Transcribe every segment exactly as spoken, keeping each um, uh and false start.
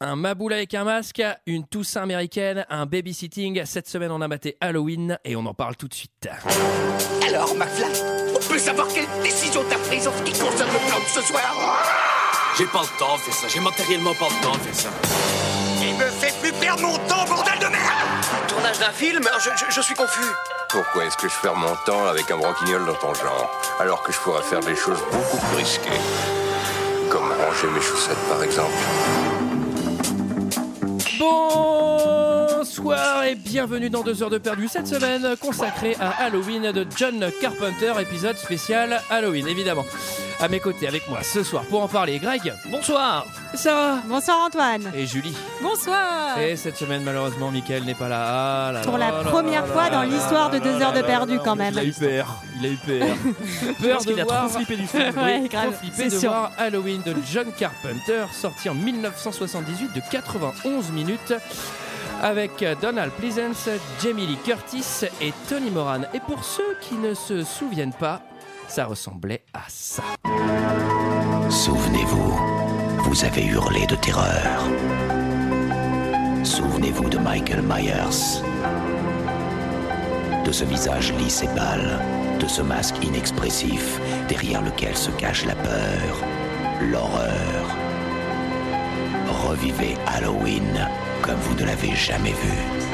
Un maboule avec un masque, une Toussaint américaine, un babysitting. Cette semaine, on a maté Halloween et on en parle tout de suite. Alors, McFly, on peut savoir quelle décision t'as prise en ce qui concerne le plan de ce soir? J'ai pas le temps de faire ça, j'ai matériellement pas le temps de faire ça. Il me fait plus perdre mon temps, bordel de merde! Tournage d'un film? je, je, je suis confus. Pourquoi est-ce que je perds mon temps avec un branquignol dans ton genre, alors que je pourrais faire des choses beaucoup plus risquées? Comme ranger mes chaussettes, par exemple. Bonsoir et bienvenue dans deux heures de perdu cette semaine consacrée à Halloween de John Carpenter, épisode spécial Halloween évidemment. À mes côtés avec moi ce soir pour en parler, Greg. Bonsoir. Sarah. Bonsoir Antoine. Et Julie. Bonsoir. Et cette semaine malheureusement Mickaël n'est pas là. Ah, là, Pour là, la là, première là, fois là, dans là, l'histoire là, de deux là, heures de là, perdu là, quand là, même. Il a eu peur. Il a eu peur. Peur de qu'il a voir... trop flippé du film. Ouais, Oui, grave, trop flippé c'est de sûr. voir Halloween de John Carpenter, sorti en dix-neuf cent soixante-dix-huit de quatre-vingt-onze minutes, avec Donald Pleasence, Jamie Lee Curtis et Tony Moran. Et pour ceux qui ne se souviennent pas, ça ressemblait à ça. Souvenez-vous, vous avez hurlé de terreur. Souvenez-vous de Michael Myers, de ce visage lisse et pâle, de ce masque inexpressif derrière lequel se cache la peur, l'horreur. Revivez Halloween comme vous ne l'avez jamais vu.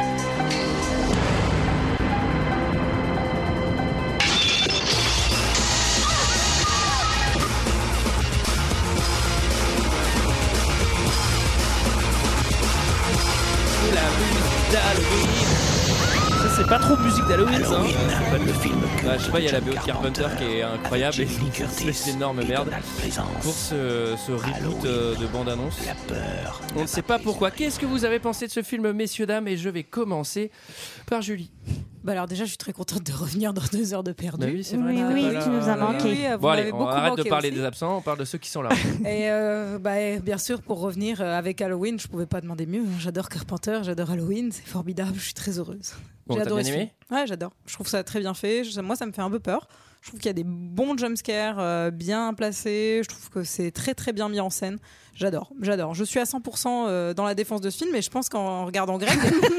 La musique d'Halloween. Ça, c'est pas trop musique d'Halloween, ça. Halloween, c'est pas le film que Bah, je sais pas, il y a la B O de John Carpenter qui est incroyable et avec Jamie c'est Curtis une énorme et merde Donald Pleasence. pour ce, ce reboot euh, de bande-annonce. La peur. On ne sait pas pourquoi. Qu'est-ce que vous avez pensé de ce film, messieurs, dames? Et je vais commencer par Julie. Bah alors déjà je suis très contente de revenir dans deux heures de perdu. Bah oui, c'est vrai. Oui, t'étais oui, pas là. tu nous as manqué. Oui, vous Bon allez, m'avez on beaucoup arrête de manqué parler aussi. des absents, on parle de ceux qui sont là. Et euh, bah, bien sûr pour revenir euh, avec Halloween, je pouvais pas demander mieux. J'adore Carpenter, j'adore Halloween, c'est formidable, je suis très heureuse. Bon, J'ai t'as adoré bien ce aimé? film. Ouais, j'adore. Je trouve ça très bien fait. Je- moi ça me fait un peu peur. Je trouve qu'il y a des bons jumpscares euh, bien placés. Je trouve que c'est très très bien mis en scène. J'adore, j'adore. Je suis à cent pour cent euh, dans la défense de ce film, et je pense qu'en regardant Greg,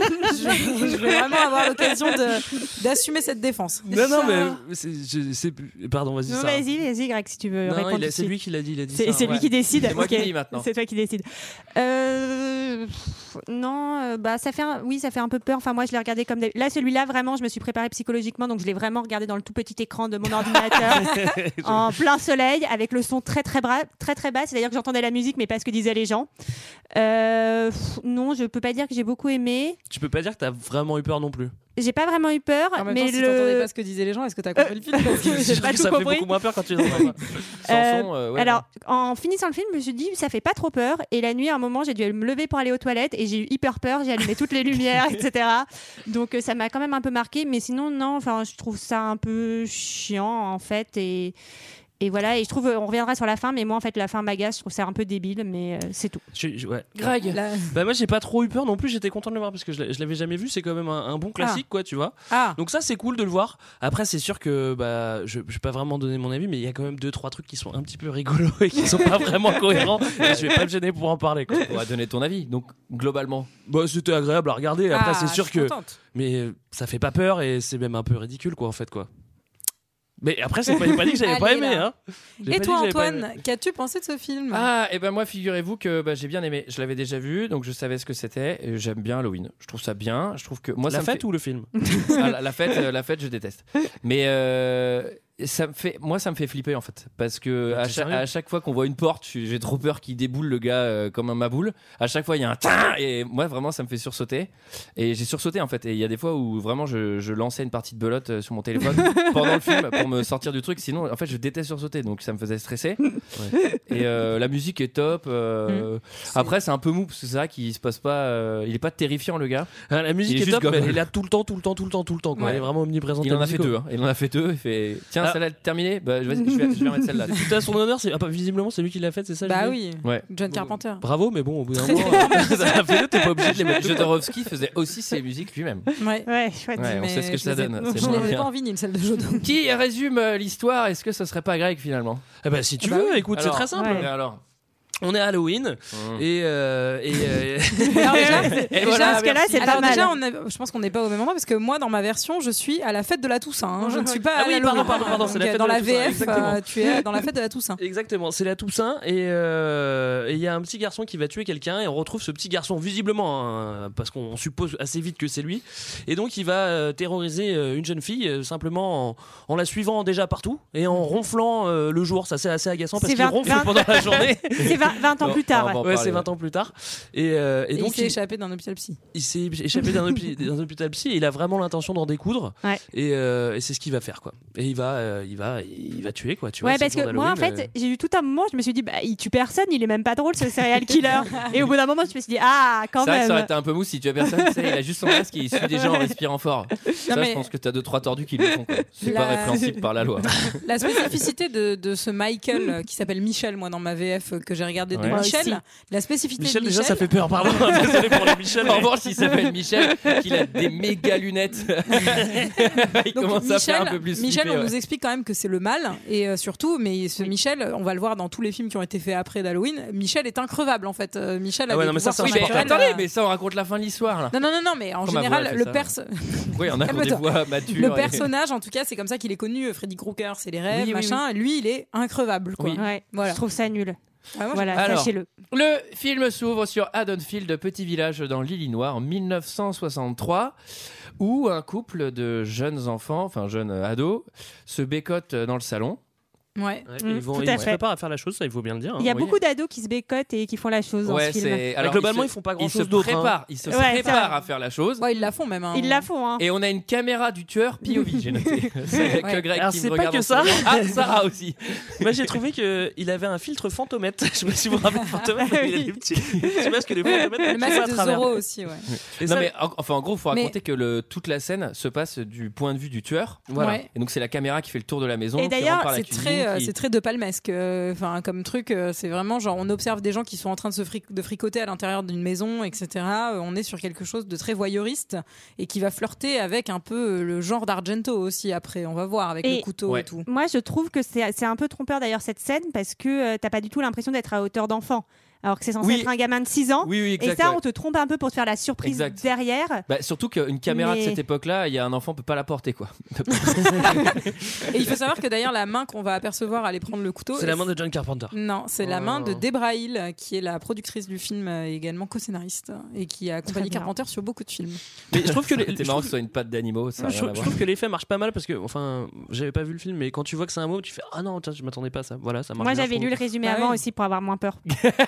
je, je vais vraiment avoir l'occasion de, d'assumer cette défense. Non, non, mais c'est, je- c'est- pardon, vas-y, Non, ça. vas-y, vas-y, Greg, si tu veux Non, répondre. il a- tout de c'est suite. lui qui l'a dit, il a dit C'est, ça. c'est lui ouais. qui décide. C'est moi qui Ok. dis maintenant. C'est toi qui décide. Euh, pff, non, euh, bah ça fait, un, oui, ça fait un peu peur. Enfin, moi, je l'ai regardé comme des... là, celui-là, vraiment, je me suis préparée psychologiquement, donc je l'ai vraiment regardé dans le tout petit écran de mon ordinateur, en plein soleil, avec le son très très bas, très très bas. C'est-à-dire que j'entendais la musique, mais pas ce que disaient les gens. Euh, pff, non, je peux pas dire que j'ai beaucoup aimé. Tu peux pas dire que t'as vraiment eu peur non plus. J'ai pas vraiment eu peur, En même mais temps, si t'entendais le. pas ce que disaient les gens, est-ce que t'as compris le film? Parce que J'ai Je pas trouve que tout ça fait compris. beaucoup moins peur quand tu l'entends. Sans Euh, son, euh, ouais, Alors, en finissant le film, je me suis dit, ça fait pas trop peur. Et la nuit, à un moment, j'ai dû me lever pour aller aux toilettes et j'ai eu hyper peur. J'ai allumé toutes les lumières, et cetera. Donc, euh, ça m'a quand même un peu marqué. Mais sinon, non, enfin, je trouve ça un peu chiant, en fait. Et, et voilà. Et je trouve, on reviendra sur la fin, mais moi, en fait, la fin m'agace. Je trouve ça un peu débile, mais euh, c'est tout. Je- je- ouais. Greg. Là- Bah moi j'ai pas trop eu peur non plus, j'étais content de le voir parce que je l'a- je l'avais jamais vu, c'est quand même un, un bon classique quoi, tu vois. Ah, Donc ça c'est cool de le voir. Après c'est sûr que bah je, je vais pas vraiment donner mon avis, mais il y a quand même deux trois trucs qui sont un petit peu rigolos et qui sont pas vraiment cohérents. Et je vais pas me gêner pour en parler. Quoi. On va donner ton avis. Donc globalement, Bah c'était agréable à regarder. Après ah, c'est sûr je suis que, contente. mais euh, ça fait pas peur et c'est même un peu ridicule quoi en fait quoi. Mais après c'est pas, j'ai pas dit que j'avais pas Allez, aimé là. hein. J'ai Et pas toi, dit que j'avais pas Antoine, aimé. qu'as-tu pensé de ce film? ah et ben moi figurez-vous que bah, j'ai bien aimé. Je l'avais déjà vu, donc je savais ce que c'était. Et j'aime bien Halloween. Je trouve ça bien. Je trouve que moi La ça me fête fait... ou le film? Ah, la, la fête, euh, la fête, je déteste. Mais euh, ça me fait, moi, ça me fait flipper en fait, parce que à T'es chaque, sérieux à chaque fois qu'on voit une porte, je- j'ai trop peur qu'il déboule le gars euh, comme un maboule. À chaque fois, il y a un tin et moi, vraiment, ça me fait sursauter. Et j'ai sursauté en fait. Et il y a des fois où vraiment, je, je lançais une partie de belote euh, sur mon téléphone pendant le film pour me sortir du truc. Sinon, en fait, je déteste sursauter, donc ça me faisait stresser. Ouais. Et euh, la musique est top. euh, C'est- Après, c'est un peu mou parce que c'est vrai qu'il se passe pas. euh, il est pas terrifiant le gars. Ah, la musique Il est est, juste top, mais gomme. elle est là tout le temps, tout le temps, tout le temps, tout le temps quoi. Ouais. Elle est vraiment omniprésente. Il en la a fait musique, deux. Hein. Il en a fait deux. Il fait tiens, Ah. celle-là est terminée. Bah, je vais, je vais, je vais remettre celle-là. Tout à son honneur, c'est ah, bah, visiblement c'est lui qui l'a fait, c'est ça? Bah Julie oui, Ouais. John Carpenter. Bravo, mais bon, au bout d'un moment, euh, ça a fait deux, t'es pas obligé de les mettre. Jodorowsky faisait aussi ses musiques lui-même. Ouais. Ouais, chouette. Ouais, on Mais sait ce que je ça les ai- donne. Je C'est moins l'avais bien. pas en vinyle, celle de Jodorowsky. Qui résume euh, l'histoire? Est-ce que ce serait pas Greg finalement? Eh ben, si tu Bah veux, oui. écoute, Alors, c'est très simple. ouais. Et alors On est à Halloween Mmh. et, euh, et, euh, Alors déjà, Et déjà, voilà, Parce que là, merci. c'est alors pas mal. déjà, on a- je pense qu'on n'est pas au même moment parce que moi, dans ma version, je suis à la fête de la Toussaint. hein. Je ne suis pas Ah à oui, l'Halloween. pardon, pardon, pardon, c'est la Donc, fête dans de la la Toussaint, V F, exactement. euh, tu es dans la fête de la Toussaint. Exactement, c'est la Toussaint et euh, et il y a un petit garçon qui va tuer quelqu'un et on retrouve ce petit garçon visiblement hein, parce qu'on suppose assez vite que c'est lui et donc il va euh, terroriser euh, une jeune fille euh, simplement en, en la suivant déjà partout et en ronflant euh, le jour. Ça c'est assez agaçant parce C'est ben, qu'il vingt- ronfle vingt pendant la journée. C'est vingt, vingt ans Bon, plus tard. on va en Ouais, parler, c'est vingt ans plus tard et, euh, et Et, donc il s'est il, échappé d'un hôpital psy. il s'est échappé d'un hôpi- d'un hôpital psy et il a vraiment l'intention d'en découdre Ouais. et, euh, et c'est ce qu'il va faire quoi. Et il va euh, il va il va tuer quoi. Tu vois, Ouais, c'est parce le jour que moi, en d'Halloween, fait, euh. j'ai eu tout un moment, je me suis dit, bah, il tue personne, il est même pas drôle ce serial killer. Et au bout d'un moment, je me suis dit, ah, quand C'est vrai que ça aurait même. été un peu mou si tu as personne, tu sais, il a juste son masque et il suit des gens en respirant fort. Ça, mais- je pense que t'as deux trois tordus qui le font. quoi. C'est La- pas répréhensible par la loi. La spécificité de, de ce Michael euh, qui s'appelle Michel, moi dans ma V F euh, que j'ai regardé de Ouais. Moi Michel, aussi. la spécificité Michel de déjà Michel, ça fait peur pardon. Désolé pour les Michel. En mais- revanche, il s'appelle Michel, qu'il a des méga lunettes. il Donc, commence à faire Michel, un peu plus Michel, flipper, on ouais. nous explique quand même que c'est le mal et euh, surtout, mais ce Michel, on va le voir dans tous les films qui ont été faits après d'Halloween. Michel est increvable en fait. Euh, Michel a Ah ouais, des non, mais ça, pouvoirs c'est Oui, mais surnaturels, attendez, euh, mais ça on raconte la fin de l'histoire là. Non, non, non, non, mais en Pourquoi ma général, voix a fait le, ça perso- Oui, on a des Calme-toi. voix matures. le et- personnage, en tout cas, c'est comme ça qu'il est connu. euh, Freddy Krueger, c'est les rêves, Oui, oui, machin. Lui, il est increvable, quoi. Oui. Ouais, Voilà. je trouve ça nul. Ah, moi, Voilà, Alors. sachez-le. Le film s'ouvre sur Haddonfield, petit village dans l'Illinois, en mille neuf cent soixante-trois, où un couple de jeunes enfants, enfin jeunes ados, se bécotent dans le salon. Ouais. Ouais, Mmh, ils vont, tout ils à se fait. préparent à faire la chose, ça il faut bien le dire. Il y a hein, oui. beaucoup d'ados qui se bécotent et qui font la chose dans Ouais, ce film. c'est. Alors, globalement, se- ils font pas Ils grand-chose se d'autre, hein. préparent, ils se Ouais, c'est préparent vrai. à faire la chose. Ouais, ils la font même. hein. Ils la font, hein. Et on a une caméra du tueur P O V, j'ai noté. C'est Ouais. que Greg Alors, qui c'est me pas regarde que en ça. ce moment. Ah, Sarah aussi. Moi j'ai trouvé qu'il avait un filtre fantomètre. Je sais pas si vous vous rappelez fantomètre, mais il a des petits. Tu vois ce que les fantomètres Le tu masque vois à de travers. Zorro aussi, ouais. Et Non ça- mais en- enfin en gros, faut Mais- raconter que le, toute la scène se passe du point de vue du tueur. Voilà. Ouais. Et donc c'est la caméra qui fait le tour de la maison. Et qui d'ailleurs, rentre par la C'est cuisine, très, euh, qui- c'est très de palmesque. euh, Enfin, comme truc, euh, c'est vraiment genre on observe des gens qui sont en train de se fric- de fricoter à l'intérieur d'une maison, et cetera. Euh, On est sur quelque chose de très voyeuriste et qui va flirter avec un peu euh, le genre d'Argento aussi. Après, on va voir avec Et- le couteau Ouais. et tout. Moi, je trouve que c'est c'est un peu trompeur d'ailleurs cette scène parce que euh, t'as pas du tout l'impression d'être à hauteur d'enfant. Alors que c'est censé Oui. être un gamin de six ans. Oui, oui, exact. Et ça, ouais. on te trompe un peu pour te faire la surprise Exact. derrière. Bah, surtout qu'une caméra Mais- de cette époque-là, il y a un enfant peut pas la porter quoi. Et il faut savoir que d'ailleurs, la main qu'on va apercevoir aller prendre le couteau. C'est la main de John Carpenter. Non, c'est la Oh. main de Debra Hill, qui est la productrice du film euh, et également co-scénariste et qui a accompagné bien. Carpenter sur beaucoup de films. Mais je trouve que les- C'était je marrant trouve- que ce soit une patte d'animaux, ça a je, rien à je voir. trouve que l'effet marche pas mal parce que, enfin, j'avais pas vu le film, mais quand tu vois que c'est un mot, tu fais ah non, tiens, je m'attendais pas à ça. Voilà, ça marche. Moi, bien, j'avais je lu le trouve. résumé Bah avant oui. aussi pour avoir moins peur.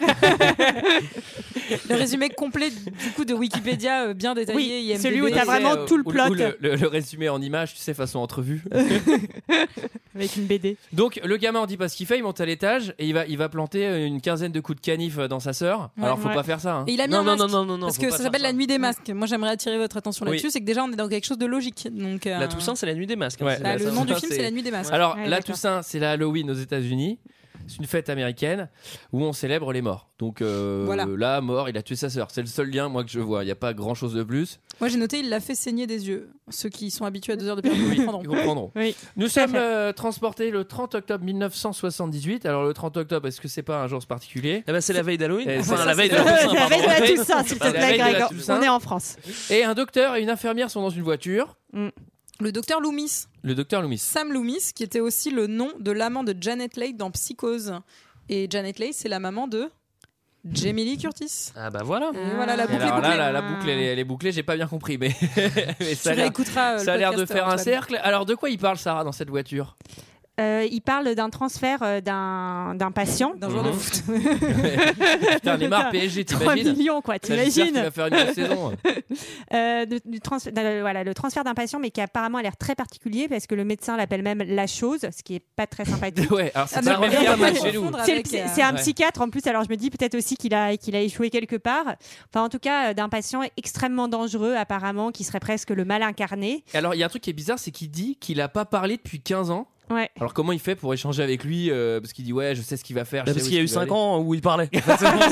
Le résumé complet du coup de Wikipédia, euh, bien détaillé. Oui, I M D B. celui où t'as Tu sais, vraiment euh, tout le ou- plot. ou le, le- le résumé en image, tu sais, façon entrevue. Avec une B D. Donc le gamin on dit pas ce qu'il fait, il monte à l'étage et il va, il va planter une quinzaine de coups de canif dans sa sœur. Ouais. Alors faut Ouais. pas faire ça. hein. Et il a mis Non, un non, masque. non, non, non, non, Parce faut que pas ça faire s'appelle ça. la nuit des masques. Moi, j'aimerais attirer votre attention Oui. là-dessus. C'est que déjà, on est dans quelque chose de logique. Donc, euh, La Toussaint, c'est la nuit des masques. hein. Ouais. C'est bah, la- le ça, nom ça, du film, c'est- c'est la nuit des masques. Alors Ouais, la d'accord. Toussaint, c'est la Halloween aux États-Unis. C'est une fête américaine où on célèbre les morts. Donc euh, Voilà. là, mort, il a tué sa sœur. C'est le seul lien moi que je vois. Il n'y a pas grand-chose de plus. Moi, j'ai noté, il l'a fait saigner des yeux. Ceux qui sont habitués à deux heures de période Oui, comprendront. ils comprendront. Oui. Nous Tout à sommes fait. euh, transportés le trente octobre mille neuf cent soixante-dix-huit. Alors le trente octobre, est-ce que c'est pas un jour particulier Eh ben, c'est la veille d'Halloween. Eh, Enfin, ça, la c'est veille de la- la Toussaint, La veille de pardon. la Toussaint, s'il te La plaît, veille de la Greg. Toussaint. On est en France. Et un docteur et une infirmière sont dans une voiture. Le docteur Loomis, Le docteur Loomis. Sam Loomis, qui était aussi le nom de l'amant de Janet Leigh dans Psychose. Et Janet Leigh, c'est la maman de Jamie Lee Curtis. Ah bah voilà. Et voilà, la Et boucle est alors là, bouclée. la, la boucle, elle, est- elle est bouclée. J'ai pas bien compris, mais, mais ça a Tu l'air, réécouteras, euh, le ça a l'air de podcast, faire un Antoine. cercle. Alors de quoi il parle Sarah dans cette voiture? Euh, il parle d'un transfert euh, d'un d'un patient. D'un joueur de Mhm. foot. Putain, Neymar, P S G, trois t'imagines? millions, quoi, J'espère qu'il t'imagines va faire une bonne saison. Euh, de- du trans- de- voilà, le transfert d'un patient, mais qui apparemment a l'air très particulier parce que le médecin l'appelle même la chose, ce qui est pas très sympathique. Ouais, alors c'est Ah, pas mais le même on va terme pas chez nous. confondre C'est le avec, psy- euh, c'est un ouais. psychiatre en plus, alors je me dis peut-être aussi qu'il a, qu'il a échoué quelque part. Enfin, en tout cas, euh, d'un patient extrêmement dangereux, apparemment, qui serait presque le mal incarné. Alors il y a un truc qui est bizarre, c'est qu'il dit qu'il a pas parlé depuis quinze ans. Ouais. Alors comment il fait pour échanger avec lui euh, parce qu'il dit ouais je sais ce qu'il va faire. Bah, je sais parce où qu'il y a eu est-ce qu'il va cinq aller. ans où il parlait. En fait, c'est pour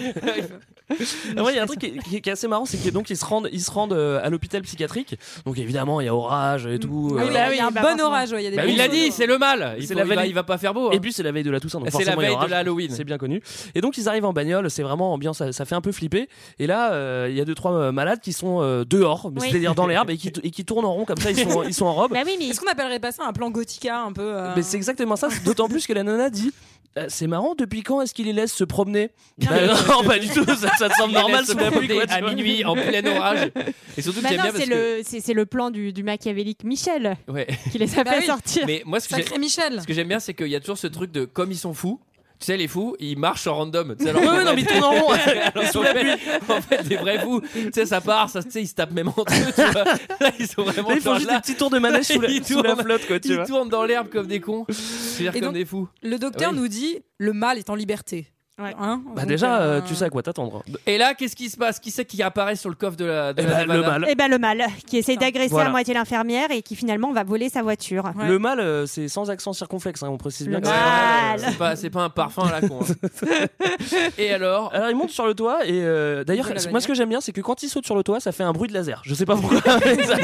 ça. Après, il y a un truc qui est, qui est- qui est assez marrant, c'est qu'ils donc ils se rendent, ils se rendent euh, à l'hôpital psychiatrique. Donc évidemment, il y a orage et tout. Ah oui, euh, bah, il y a un bah, bon forcément. orage. ouais, Il y a des Bah, bons il l'a choses. dit, c'est le mal. Il, C'est faut- la il, va, veille- il va pas faire beau. hein. Et puis c'est la veille de la Toussaint, donc C'est la forcément, il y a veille de orage. l'Halloween. C'est bien connu. Et donc ils arrivent en bagnole, c'est vraiment ambiance, ça, ça fait un peu flipper. Et là, euh, il y a deux trois euh, malades qui sont euh, dehors, mais Oui. c'est-à-dire dans l'herbe et qui, et qui tournent en rond comme ça. Ils sont, ils sont en robe. Bah oui, mais Est-ce qu'on appellerait pas ça un plan Gothica un peu euh, Mais c'est exactement ça. D'autant plus que la nana dit. Euh, C'est marrant, depuis quand est-ce qu'il les laisse se promener? Non, Bah, mais- non, pas du tout, ça, ça te semble Il les normal laisse sous se la pluie, promener quoi, tu à vois. minuit en plein orage. Et surtout que Bah j'aime non, bien parce c'est que le, c'est, c'est le plan du, du machiavélique Michel ouais. qui les a Bah fait oui. sortir. Mais moi ce que j'ai- Sacré Michel. ce que j'aime bien c'est qu'il y a toujours ce truc de comme ils sont fous. Tu sais, les fous, ils marchent en random. Tu sais, alors Ouais, qu'en ouais, non, fait- mais ils tournent en rond. alors qu'en fait, en fait, des vrais fous, tu sais, ça part, ça, tu sais, ils se tapent même entre eux, tu vois. Là, ils sont vraiment Là, ils font genre juste là, des petits tours de manège sous la, Ils sous la tournent. flotte, quoi, tu ils vois. tournent dans l'herbe comme des cons, c'est-à-dire Et comme donc- des fous. Le docteur Oui. nous dit le mal est en liberté. Ouais. Hein Bah Donc, déjà, euh, euh, tu sais à quoi t'attendre. Et là, qu'est-ce qui se passe? Qui c'est qui apparaît sur le coffre de la, de Eh la ben, le Nevada mal. Et ben le mal qui essaye d'agresser Voilà. à moitié l'infirmière et qui finalement va voler sa voiture. Ouais. Le mal, euh, c'est sans accent circonflexe, hein, on précise bien Le que c'est mal. C'est pas, c'est pas un parfum à la con. hein. Et alors? Alors il monte sur le toit et euh, d'ailleurs Il fait la moi ce que j'aime bien c'est que quand il saute sur le toit ça fait un bruit de laser. Je sais pas pourquoi. mais ça-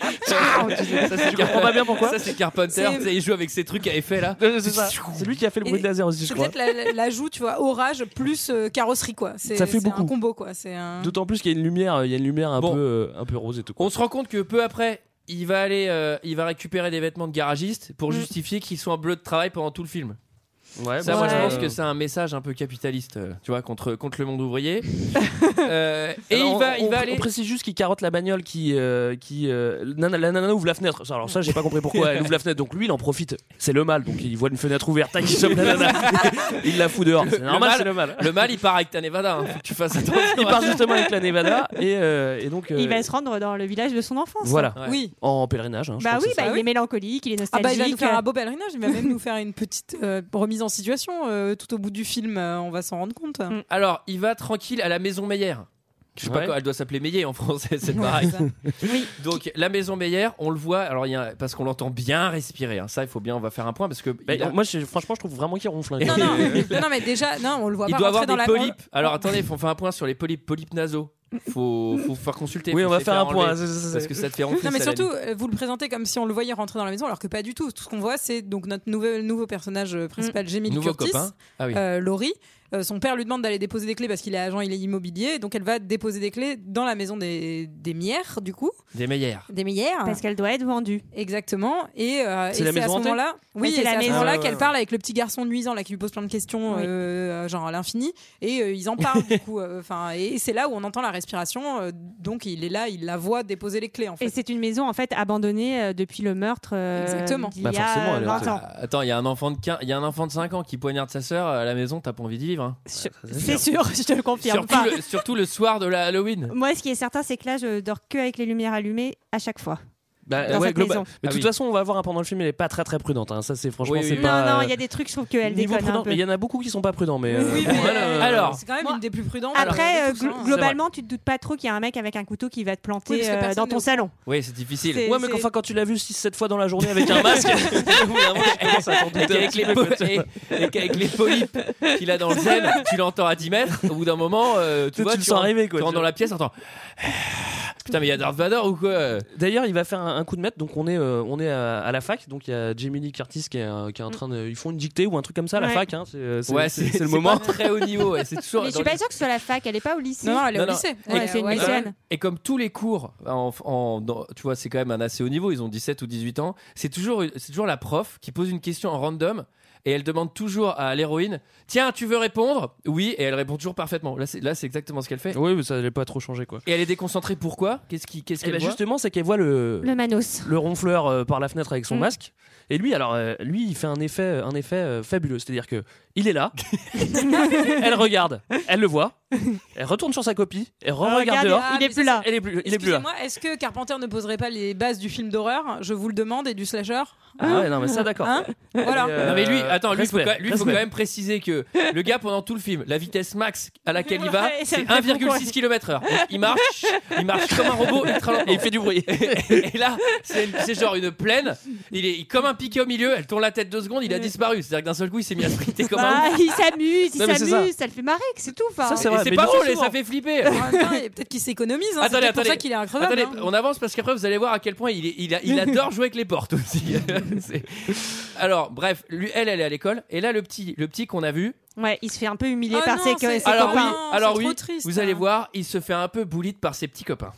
Ça, c'est Je comprends pas bien pourquoi. Ça, c'est Carpenter, C'est- tu sais, il joue avec ses trucs à effet là. Euh, c'est ça. C'est lui qui a fait le bruit de laser aussi je C'est crois. peut-être la- la- l'ajout, tu vois, orage plus euh, carrosserie, quoi. C'est, Ça fait c'est beaucoup. un combo, quoi. C'est un... D'autant plus qu'il y a une lumière, il y a une lumière un Bon. peu euh, un peu rose et tout. On se rend compte que peu après, il va aller, euh, il va récupérer des vêtements de garagiste pour justifier qu'ils sont en bleu de travail pendant tout le film. Ouais, Ça, bah, moi, je euh, pense que c'est un message un peu capitaliste, euh, tu vois, contre, contre le monde ouvrier. Euh, et alors, il va, on, il va on- aller. on précise juste qu'il carotte la bagnole qui euh, qui euh, nana- la nana ouvre la fenêtre. Alors ça j'ai pas compris pourquoi elle ouvre la fenêtre. Donc lui il en profite. C'est le mal. Donc il voit une fenêtre ouverte, tac, il chope la nana. Il la fout dehors. C'est Le normal, mal- c'est le mal. Le mal, il part avec ta Nevada. Hein. Faut que tu fasses attention. Il part justement avec la Nevada et, euh, et donc euh, Il va se rendre dans le village de son enfance. voilà Ouais. Oui. en pèlerinage. hein, je Bah crois oui, que c'est bah, ça. il est mélancolique, il est Ah nostalgique. bah il va nous faire un beau pèlerinage, il va même nous faire une petite euh, remise en situation euh, tout au bout du film, euh, on va s'en rendre compte. Mm. Alors, il va tranquille à la maison Meyer. Je sais pas Ouais. quoi, elle doit s'appeler Meyer en français, c'est Ouais, pareil. c'est ça. Donc la maison Meyer, on le voit, alors il y a, parce qu'on l'entend bien respirer. hein. Ça, il faut bien, on va faire un point parce que Bah, il, a- moi je- franchement je trouve vraiment qu'il ronfle. hein. Non, non, non, non, mais déjà, non, on le voit il pas doit rentrer avoir des dans la... polypes. Alors attendez, il faut faire un point sur les polypes, polypes nasaux. Faut, faut faire consulter. Oui faut on va se les faire un point. enlever, c'est- c'est- parce c'est- que ça te fait ronfler. Non mais ça, la surtout, nuit. euh, vous le présentez comme si on le voyait rentrer dans la maison, alors que pas du tout. Tout ce qu'on voit, c'est donc notre nouvel, nouveau personnage euh, principal, Jamie Lee Nouveau Curtis, copain. Ah oui. euh, Laurie. Euh, son père lui demande d'aller déposer des clés parce qu'il est agent, il est immobilier, donc elle va déposer des clés dans la maison des, des Mières, du coup, Des Meyer. des Mières. Parce qu'elle doit être vendue. Exactement. Et, euh, C'est et la c'est à maison ce hantée moment-là, oui, c'est et la c'est à ce maison. moment-là Ah, ouais, qu'elle ouais. parle avec le petit garçon nuisant là qui lui pose plein de questions, Oui. euh, genre à l'infini, et euh, ils en parlent du coup. Enfin, et c'est là où on entend la respiration. euh, donc il est là, il la voit déposer les clés en fait. Et c'est une maison en fait abandonnée euh, depuis le meurtre euh, Exactement. d'il Bah, y a forcément, elle est vingt ans. Ah, Attends, il y a un enfant de quinze, il y a un enfant de cinq ans qui poignarde sa sœur à la maison, t'as pas envie d'y vivre. hein. Sur- C'est sûr, je te le confirme. Surtout, Enfin, le, surtout le soir de la Halloween. moi, ce qui est certain, c'est que là, je dors que avec les lumières allumées à chaque fois. Bah, Dans ouais, cette globa- maison. Mais de Ah toute oui. façon, on va voir hein, pendant le film, elle est pas très très prudente. hein. Ça, c'est franchement, Oui, oui, c'est oui. pas. Non, non, euh, il y a des trucs, je trouve qu'elle niveau déconne un prudent. peu. Mais il y en a beaucoup qui sont pas prudents. Mais euh, Oui, mais, voilà, euh, euh, alors, c'est quand même moi- une des plus prudentes. Après, euh, euh, de tous, glo- hein. globalement, tu te doutes pas trop qu'il y a un mec avec un couteau qui va te planter Oui, parce que euh, personne dans n'est ton au salon. Oui, c'est difficile. C'est- Ouais, mais c'est- enfin, quand tu l'as vu six sept fois dans la journée avec un masque, au bout d'un moment, tu commences à t'en Et douter un qu'avec petit les, peu, po- quoi, tu et- vois. et qu'avec les polypes qu'il a dans le zen, tu l'entends à dix mètres. Au bout d'un moment, euh, tu Tu vois, le tu sens rentres- arriver, quoi, tu rentres tu dans vois. la pièce, t'entends. Putain, mais il y a Darth Vader ou quoi? D'ailleurs, il va faire un, un coup de maître. Donc, on est, euh, on est à, à la fac. Donc, il y a Jamie Lee Curtis qui est, euh, qui est en train de. Ils font une dictée ou un truc comme ça à la Ouais. fac. Hein, c'est, euh, c'est, Ouais, c'est, c'est c'est le c'est moment. pas très haut niveau. ouais, C'est toujours. Mais je dans suis pas les- sûre que ce soit la fac, elle est pas au lycée. Non, non, elle est Non, au non. lycée. Ouais, c'est une ouais, lycéenne. Et comme tous les cours, en, en- dans- tu vois, c'est quand même un assez haut niveau. Ils ont dix-sept ou dix-huit ans. C'est toujours, c'est toujours la prof qui pose une question en random. Et elle demande toujours à l'héroïne, tiens, tu veux répondre? Oui, et elle répond toujours parfaitement. Là, c'est, là, c'est exactement ce qu'elle fait. Oui, mais ça n'allait pas trop changer, quoi. Et elle est déconcentrée. Pourquoi? Qu'est-ce qui, qu'est-ce Et qu'elle ben voit? justement, c'est qu'elle voit le, Le Manos. le ronfleur euh, par la fenêtre avec son Mm. masque. Et lui, alors, euh, lui, il fait un effet, un effet euh, fabuleux. C'est-à-dire que il est là, elle regarde, elle le voit, Elle retourne sur sa copie, elle Ah, re-regarde regarde, dehors. il est mais plus ça, là. Elle est plus, il est plus là. Excusez-moi, est-ce que Carpenter ne poserait pas les bases du film d'horreur? Je vous le demande, et du slasher. Ah ouais, non, mais ça, d'accord. Hein Voilà. Euh, Non mais lui, attends, lui, faut, respect, quand- lui, faut respect. quand même préciser que le gars pendant tout le film, la vitesse max à laquelle il va, Ouais, ça me c'est fait un virgule six beaucoup kilomètres heure. Donc, il marche, il marche comme un robot ultra lentement. Et il fait du bruit. Et là, c'est, c'est genre une plaine. Il est comme un piqué au milieu. Elle tourne la tête deux secondes. Il a disparu. C'est-à-dire que d'un seul coup, il s'est mis à sprinter comme Bah, un ouf. il s'amuse, il Non, mais c'est s'amuse, ça. le fait marrer, que c'est tout. Enfin, Ça, c'est Et vrai, c'est mais pas il le fait drôle et souvent. ça fait flipper. En même temps, et peut-être qu'il s'économise. Hein, c'est Attendez, peut-être pour attendez. ça qu'il est increvable. Attendez, hein. on avance parce qu'après vous allez voir à quel point il, est, il, a- il adore jouer avec les portes aussi. C'est- Alors, bref, lui, elle, elle est à l'école. Et là, le petit, le petit qu'on a vu. ouais, il se fait un peu humilier Oh par non, ses, c'est- ses Alors oui, copains. Non, alors c'est oui, trop triste, vous allez hein. voir, il se fait un peu bullied par ses petits copains.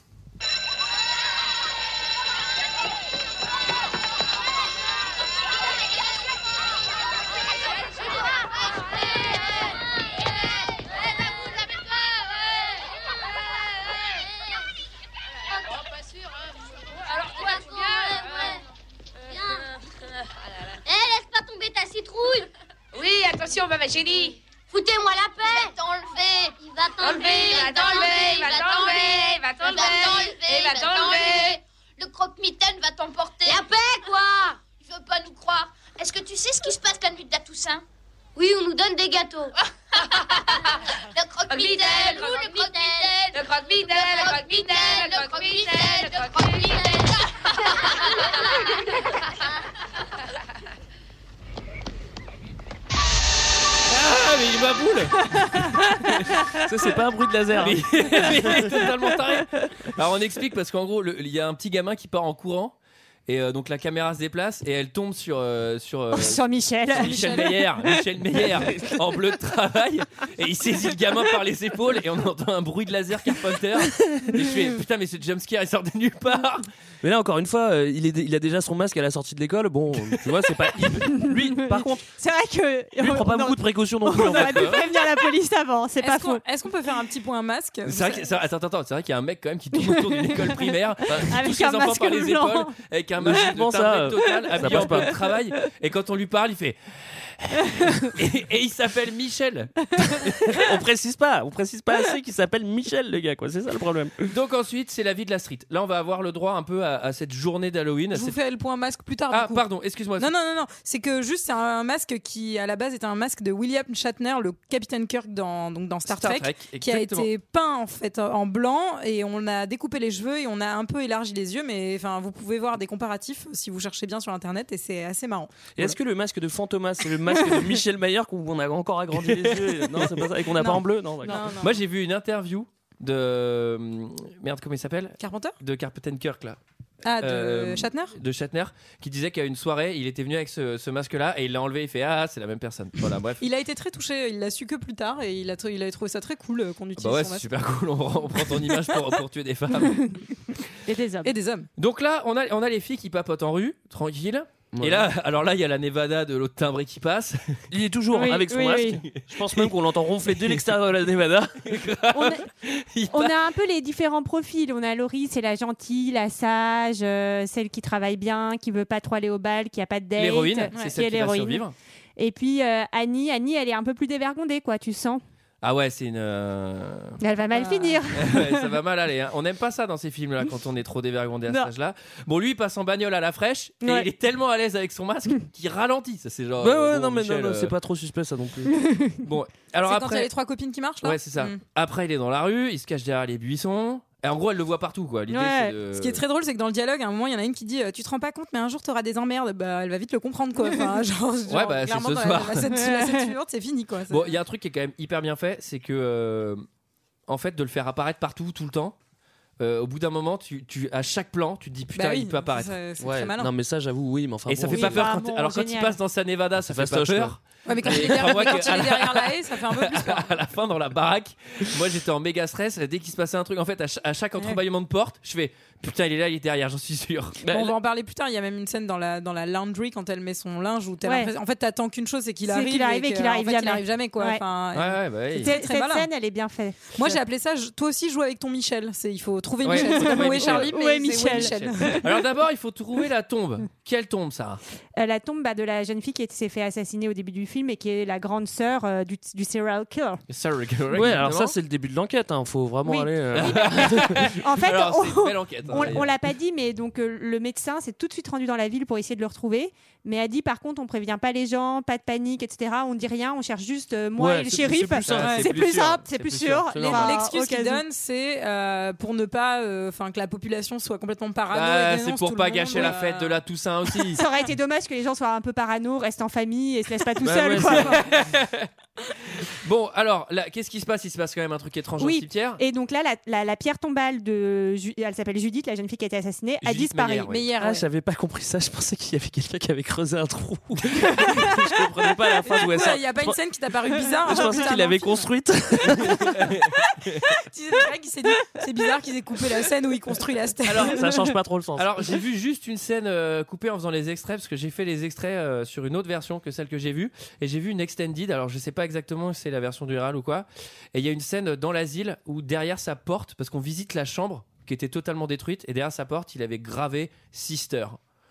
Eh, laisse pas tomber ta citrouille. Oui, attention, maman chérie. Foutez-moi la paix. Il va t'enlever. Il va t'enlever. Il va t'enlever, il va t'enlever, il va t'enlever, il va t'enlever. Le croque-mitaine va t'emporter. La paix, quoi. Il veut pas nous croire. Est-ce que tu sais ce qui se passe la nuit de la Toussaint? Oui, on nous donne des gâteaux. Le croque-mitaine, Le ou le croque-mitaine, croque-mitaine. le croque-mitaine, le croque-mitaine, le croque-mitaine, le croque-mitaine. Ah, mais il va boule. Ça, c'est pas un bruit de laser. Mais il est totalement taré. Alors on explique parce qu'en gros, le- il y a un petit gamin qui part en courant. Et euh, donc la caméra se déplace et elle tombe sur euh, sur, euh, Sur Michel. sur Michel Meyer, Michel Meyer en bleu de travail, et il saisit le gamin par les épaules et on entend un bruit de laser Carpenter. Et je fais putain mais ce jumpscare il sort de nulle part. Mais là, encore une fois, euh, il, est, il a déjà son masque à la sortie de l'école. Bon, tu vois, c'est pas. il- Lui, par contre, C'est vrai que. lui, il prend pas on beaucoup de précautions non plus. on En aurait fait. dû prévenir la police avant, c'est pas Est-ce qu'on faux. est-ce qu'on peut faire un petit point masque? C'est vrai que, c'est- attends attends attends, c'est vrai qu'il y a un mec quand même qui tourne autour d'une école primaire, enfin, qui Avec touche ses un enfants masque par les blanc. épaules avec un masque de Logiquement, ça, timbré euh, total, ça habillé en passe pas. bleu de travail, et quand on lui parle il fait et, et il s'appelle Michel. On précise pas, on précise pas assez qu'il s'appelle Michel, le gars, quoi. C'est ça le problème. Donc ensuite c'est la vie de la street. Là on va avoir le droit un peu à, à cette journée d'Halloween. à Je vous cette- fais le point masque plus tard. Ah du coup. pardon, excuse-moi. Non, non, non, non. C'est que juste, c'est un masque qui, à la base, était un masque de William Shatner, le capitaine Kirk dans, donc dans Star, Star Trek, Trek, qui a exactement. été peint en fait en blanc et on a découpé les cheveux et on a un peu élargi les yeux. Mais enfin, vous pouvez voir des comparatifs si vous cherchez bien sur internet et c'est assez marrant. Et est-ce que le masque de Fantomas, c'est le masque de Michel Mayer qu'on a encore agrandi les yeux et- Non, c'est pas ça. Et qu'on n'a pas Non. en bleu Non, d'accord. Non, non. Moi j'ai vu une interview de merde comment il s'appelle Carpenter de Captain Kirk là. Ah, de Euh, Shatner de Shatner qui disait qu'à une soirée il était venu avec ce, ce masque là et il l'a enlevé, il fait ah c'est la même personne. Voilà bref. Il a été très touché, il l'a su que plus tard et il a, tr- il a trouvé ça très cool euh, qu'on Ah utilise bah ouais son c'est masque. super cool, on prend, on prend ton image pour, pour tuer des femmes. Et des hommes. Et des hommes. Donc là on a, on a les filles qui papotent en rue tranquille. Ouais. Et là, alors là, il y a la Nevada de l'autre timbré qui passe. Il est toujours Oui, avec son oui, masque. oui. Je pense même qu'on l'entend ronfler de l'extérieur de la Nevada. On a, Il on passe. a un peu les différents profils. On a Laurie, c'est la gentille, la sage, euh, celle qui travaille bien, qui veut pas trop aller au bal, qui a pas de date. L'héroïne, Ouais. c'est qui celle est qui va l'héroïne. survivre. Et puis euh, Annie, Annie, elle est un peu plus dévergondée, quoi. Tu sens. Ah ouais, c'est une. euh, Elle va mal Ah. finir. Ouais, ça va mal aller. Hein. On n'aime pas ça dans ces films-là quand on est trop dévergondé à cet Non. âge-là. Bon, lui, il passe en bagnole à la fraîche et Ouais. il est tellement à l'aise avec son masque qu'il ralentit. Ça, c'est genre. Ouais, euh, ouais, bon, non, mais Michel, non, non, euh, c'est pas trop suspect ça non plus. Bon, alors C'est quand il y a après. les trois copines qui marchent là Ouais, c'est ça. Mm. Après, il est dans la rue, il se cache derrière les buissons. Et en gros, elle le voit partout, quoi. L'idée, Ouais. c'est de. Ce qui est très drôle, c'est que dans le dialogue, à un moment, il y en a une qui dit euh, tu te rends pas compte, mais un jour t'auras des emmerdes. Bah, elle va vite le comprendre, quoi. Enfin, genre, genre, bah, c'est clairement, ce dans soir. La, la, scène, la scène suivante, c'est fini, quoi. Bon, il y a un truc qui est quand même hyper bien fait, c'est que. euh, En fait, de le faire apparaître partout, tout le temps. euh, au bout d'un moment, tu, tu, à chaque plan, tu te dis putain, Bah oui, il peut apparaître. c'est- c'est Ouais, très malin. non, mais ça, j'avoue, oui, mais enfin. Et ça bon, fait Oui, pas peur. Quand vraiment, alors, quand il génial. passe dans sa Nevada, ça Ça fait fait pas stoche, peur. Ouais, mais quand Et il est derrière, crois-moi quand que il à est la- derrière la haie, ça fait un peu plus peur. À la fin, dans la baraque, moi j'étais en méga stress. Dès qu'il se passait un truc, en fait, à, ch- à chaque entrebâillement de porte, je fais putain, il est là, il est derrière, j'en suis sûr. Bah, Bon, on va en parler plus tard. Il y a même une scène dans la, dans la laundry quand elle met son linge où t'as Ouais. l'impression- en fait, t'attends qu'une chose, c'est qu'il C'est arrive. qu'il arrive et que, qu'il en arrive fait, jamais. Il arrive jamais, quoi. Ouais. Enfin, Ouais, ouais, bah oui. C'est Cette très cette malin. scène, elle est bien faite. Moi, j'ai appelé ça je- toi aussi joue avec ton Michel. C'est il faut trouver Ouais. Michel. C'est comme Ouais, où est Charlie, Où mais est c'est où est Michel. Michel. Alors d'abord, il faut trouver la tombe. Quelle tombe, Sarah? Euh, la tombe bah, de la jeune fille qui s'est fait assassiner au début du film et qui est la grande sœur euh, du, du serial killer. Sarah Killer, Ouais, alors exactement. ça c'est le début de l'enquête. Hein. Faut vraiment Oui. aller. euh, En fait, Alors, on, c'est une belle enquête. hein. on, on l'a pas dit, mais donc euh, le médecin s'est tout de suite rendu dans la ville pour essayer de le retrouver, mais a dit par contre on prévient pas les gens, pas de panique, et cetera. On dit rien, on cherche juste euh, moi Ouais, et le c'est- shérif. c'est plus simple. Ouais, C'est c'est plus plus sûr. simple, c'est C'est plus plus sûr. sûr, c'est Les- normal. L'excuse au cas qu'il où. donne, c'est euh, pour ne pas, euh, enfin, que la population soit complètement parano. Ah, et c'est dénonce pour tout pas le gâcher monde, la euh, fête de la Toussaint aussi. Ça aurait été dommage que les gens soient un peu parano, restent en famille et se laissent pas tout Bah seuls. ouais, quoi. Bon, alors, là, qu'est-ce qui se passe? Il se passe quand même un truc étrange au Oui. cimetière. Et donc là, la, la- la pierre tombale de, Ju- elle s'appelle Judith, la jeune fille qui a été assassinée, a Judith disparu. Meyer, oui. Mais hier, Ah, ouais. j'avais pas compris ça. Je pensais qu'il y avait quelqu'un qui avait creusé un trou. Je comprenais pas la fin d'où elle sort. Il y a pas Je une pe- scène qui t'a paru bizarre. Je pensais qu'il l'avait construite. C'est vrai qu'il s'est dit, c'est bizarre qu'ils aient coupé la scène où il construit la stèle. Alors, Ça change pas trop le sens. Alors j'ai vu juste une scène euh, coupée en faisant les extraits parce que j'ai fait les extraits euh, sur une autre version que celle que j'ai vue et j'ai vu une extended. Alors je sais pas exactement si c'est la version du R A L ou quoi. Et il y a une scène dans l'asile où derrière sa porte, parce qu'on visite la chambre qui était totalement détruite et derrière sa porte il avait gravé Sister.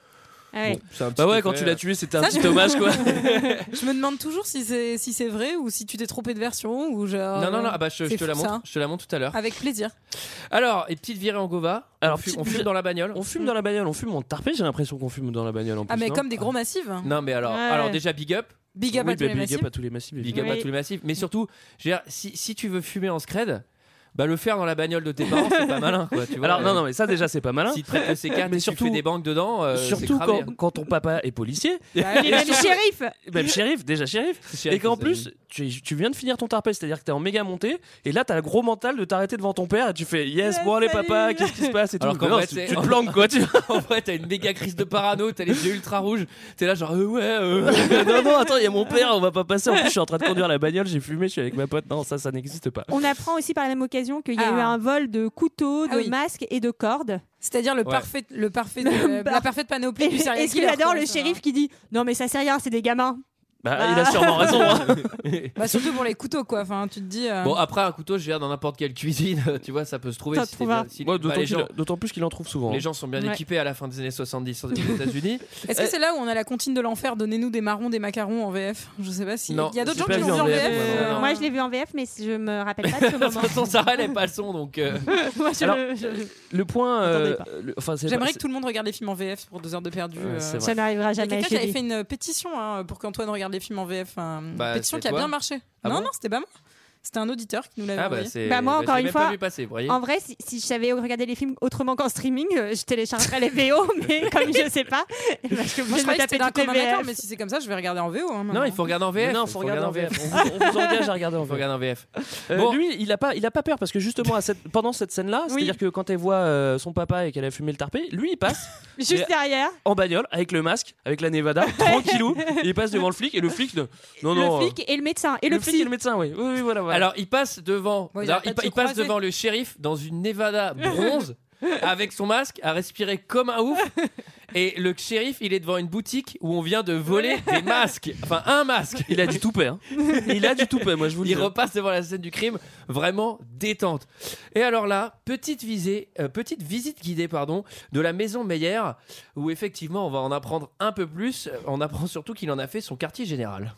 Ah ouais. Bon, c'est un petit Bah ouais, effet, quand tu l'as euh, tué, c'était un Ça, petit je- hommage quoi. Je me demande toujours si c'est si c'est vrai ou si tu t'es trompé de version ou genre. Non non non, ah bah je, je c'est te la fou, ça. montre, je te la montre tout à l'heure. Avec plaisir. Alors et petite virée en Gova. Alors, on, fume, petite on fume virée- dans la bagnole. On fume dans la bagnole, on fume en tarpé. J'ai l'impression qu'on fume dans la bagnole en plus. Ah mais non comme des gros massifs. Non mais alors, Ouais. alors déjà big up. Big up Oui, à tous bah, les big massifs. up à tous les massifs. Big évidemment. up Oui. à tous les massifs. Mais surtout, je veux dire, si, si tu veux fumer en scred, bah le faire dans la bagnole de tes parents, c'est pas malin, quoi. Tu vois, Alors non euh, non mais ça déjà c'est pas malin. Si tu traites le C quatre Mais et surtout- tu fais des banques dedans, euh, c'est Surtout cramé, quand, hein. quand ton papa est policier, Il est même shérif. même shérif, déjà shérif, Shérif, et qu'en aux plus tu, tu viens de finir ton tarpé, c'est-à-dire que t'es en méga montée, et là t'as le gros mental de t'arrêter devant ton père et tu fais yes, bon allez papa, qu'est-ce qui se passe et tout. Alors qu'en Mais non, vrai, tu, c'est- tu te planques quoi. Tu... En vrai, t'as une méga crise de parano, t'as les yeux ultra rouges, t'es là genre euh, ouais. euh. non non attends, il y a mon père, on va pas passer. En plus je suis en train de conduire la bagnole, j'ai fumé, je suis avec ma pote. Non ça ça n'existe pas. On apprend aussi par la même occasion qu'il y a Ah. eu un vol de couteaux, de Ah oui. masques et de cordes. C'est-à-dire le Ouais. parfait, le parfait, de- la parfaite panoplie Et, du serial et ce que killer, j'adore, quoi, le ça. shérif qui dit non mais ça c'est rien, c'est des gamins. Bah il a sûrement raison. Hein. Bah surtout pour les couteaux quoi. Enfin tu te dis. euh, Bon après un couteau, je veux dire dans n'importe quelle cuisine, tu vois, ça peut se trouver. Ça si te t'es trouvera. bien- si- Ouais, bah, d'autant les, qu'il- gens, d'autant plus qu'il en trouve souvent. les gens sont bien Ouais. équipés à la fin des années soixante-dix aux États-Unis. Est-ce que Euh, c'est là où on a la comptine de l'enfer? Donnez-nous des marrons, des macarons en V F. Je sais pas si. Non, Il y a d'autres j'ai gens pas qui vu l'ont vu en en V V F, F. moi, euh, non. Moi je l'ai vu en V F mais je me rappelle pas de ce De toute moment. façon, Sarah, elle est pas le son, donc. euh, Moi, je- Alors, je- Le point. Attendez euh, pas. le- enfin, c'est J'aimerais pas- que tout le monde regarde les films en V F pour deux heures de perdu. Ouais, euh. c'est vrai. ça n'arrivera Il y a jamais. quelqu'un qui j'ai avait dit. fait une pétition hein, pour qu'Antoine regarde les films en V F. Une Bah, pétition c'est qui a toi bien marché. Ah non, bon non, c'était pas moi. C'était un auditeur qui nous l'avait Ah bah envoyé. c'est. Bah, moi, bah, encore j'ai une même fois, pas vu passer, vous voyez. En vrai, si, si je savais regarder les films autrement qu'en streaming, euh, je téléchargerais les V O, mais comme je sais pas, parce que Moi, je je me croyais que c'était taper d'un toutes les commun accord, V F. mais si c'est comme ça, je vais regarder en V O. hein, Non, maintenant. il faut regarder en V F. Non, faut regarder en V F. On vous, on vous engage à regarder en Il faut V F. regarder en V F. Euh, Bon. Lui, il a pas, il a pas peur parce que justement à cette, pendant cette scène-là, c'est-à-dire que quand elle voit euh, son papa et qu'elle a fumé le tarpé, lui il passe Juste Et- derrière, en bagnole avec le masque, avec la Nevada, tranquillou, et il passe devant le flic et le flic, de... non non, le euh, flic et le médecin et le, le flic psy. et le médecin, oui, oui, oui voilà. voilà. Alors, il passe devant. Bon, il alors, arrête il, pas pa- de il se passe croiser. devant le shérif dans une Nevada bronze avec son masque à respirer comme un ouf. Et le shérif, il est devant une boutique où on vient de voler des masques. Enfin, un masque. il a du toupet, hein. Il a du toupet, moi je vous le Il dis. repasse devant la scène du crime, vraiment détente. Et alors là, petite, visée, euh, petite visite guidée pardon, de la maison Meyer, où effectivement on va en apprendre un peu plus. On apprend surtout qu'il en a fait son quartier général.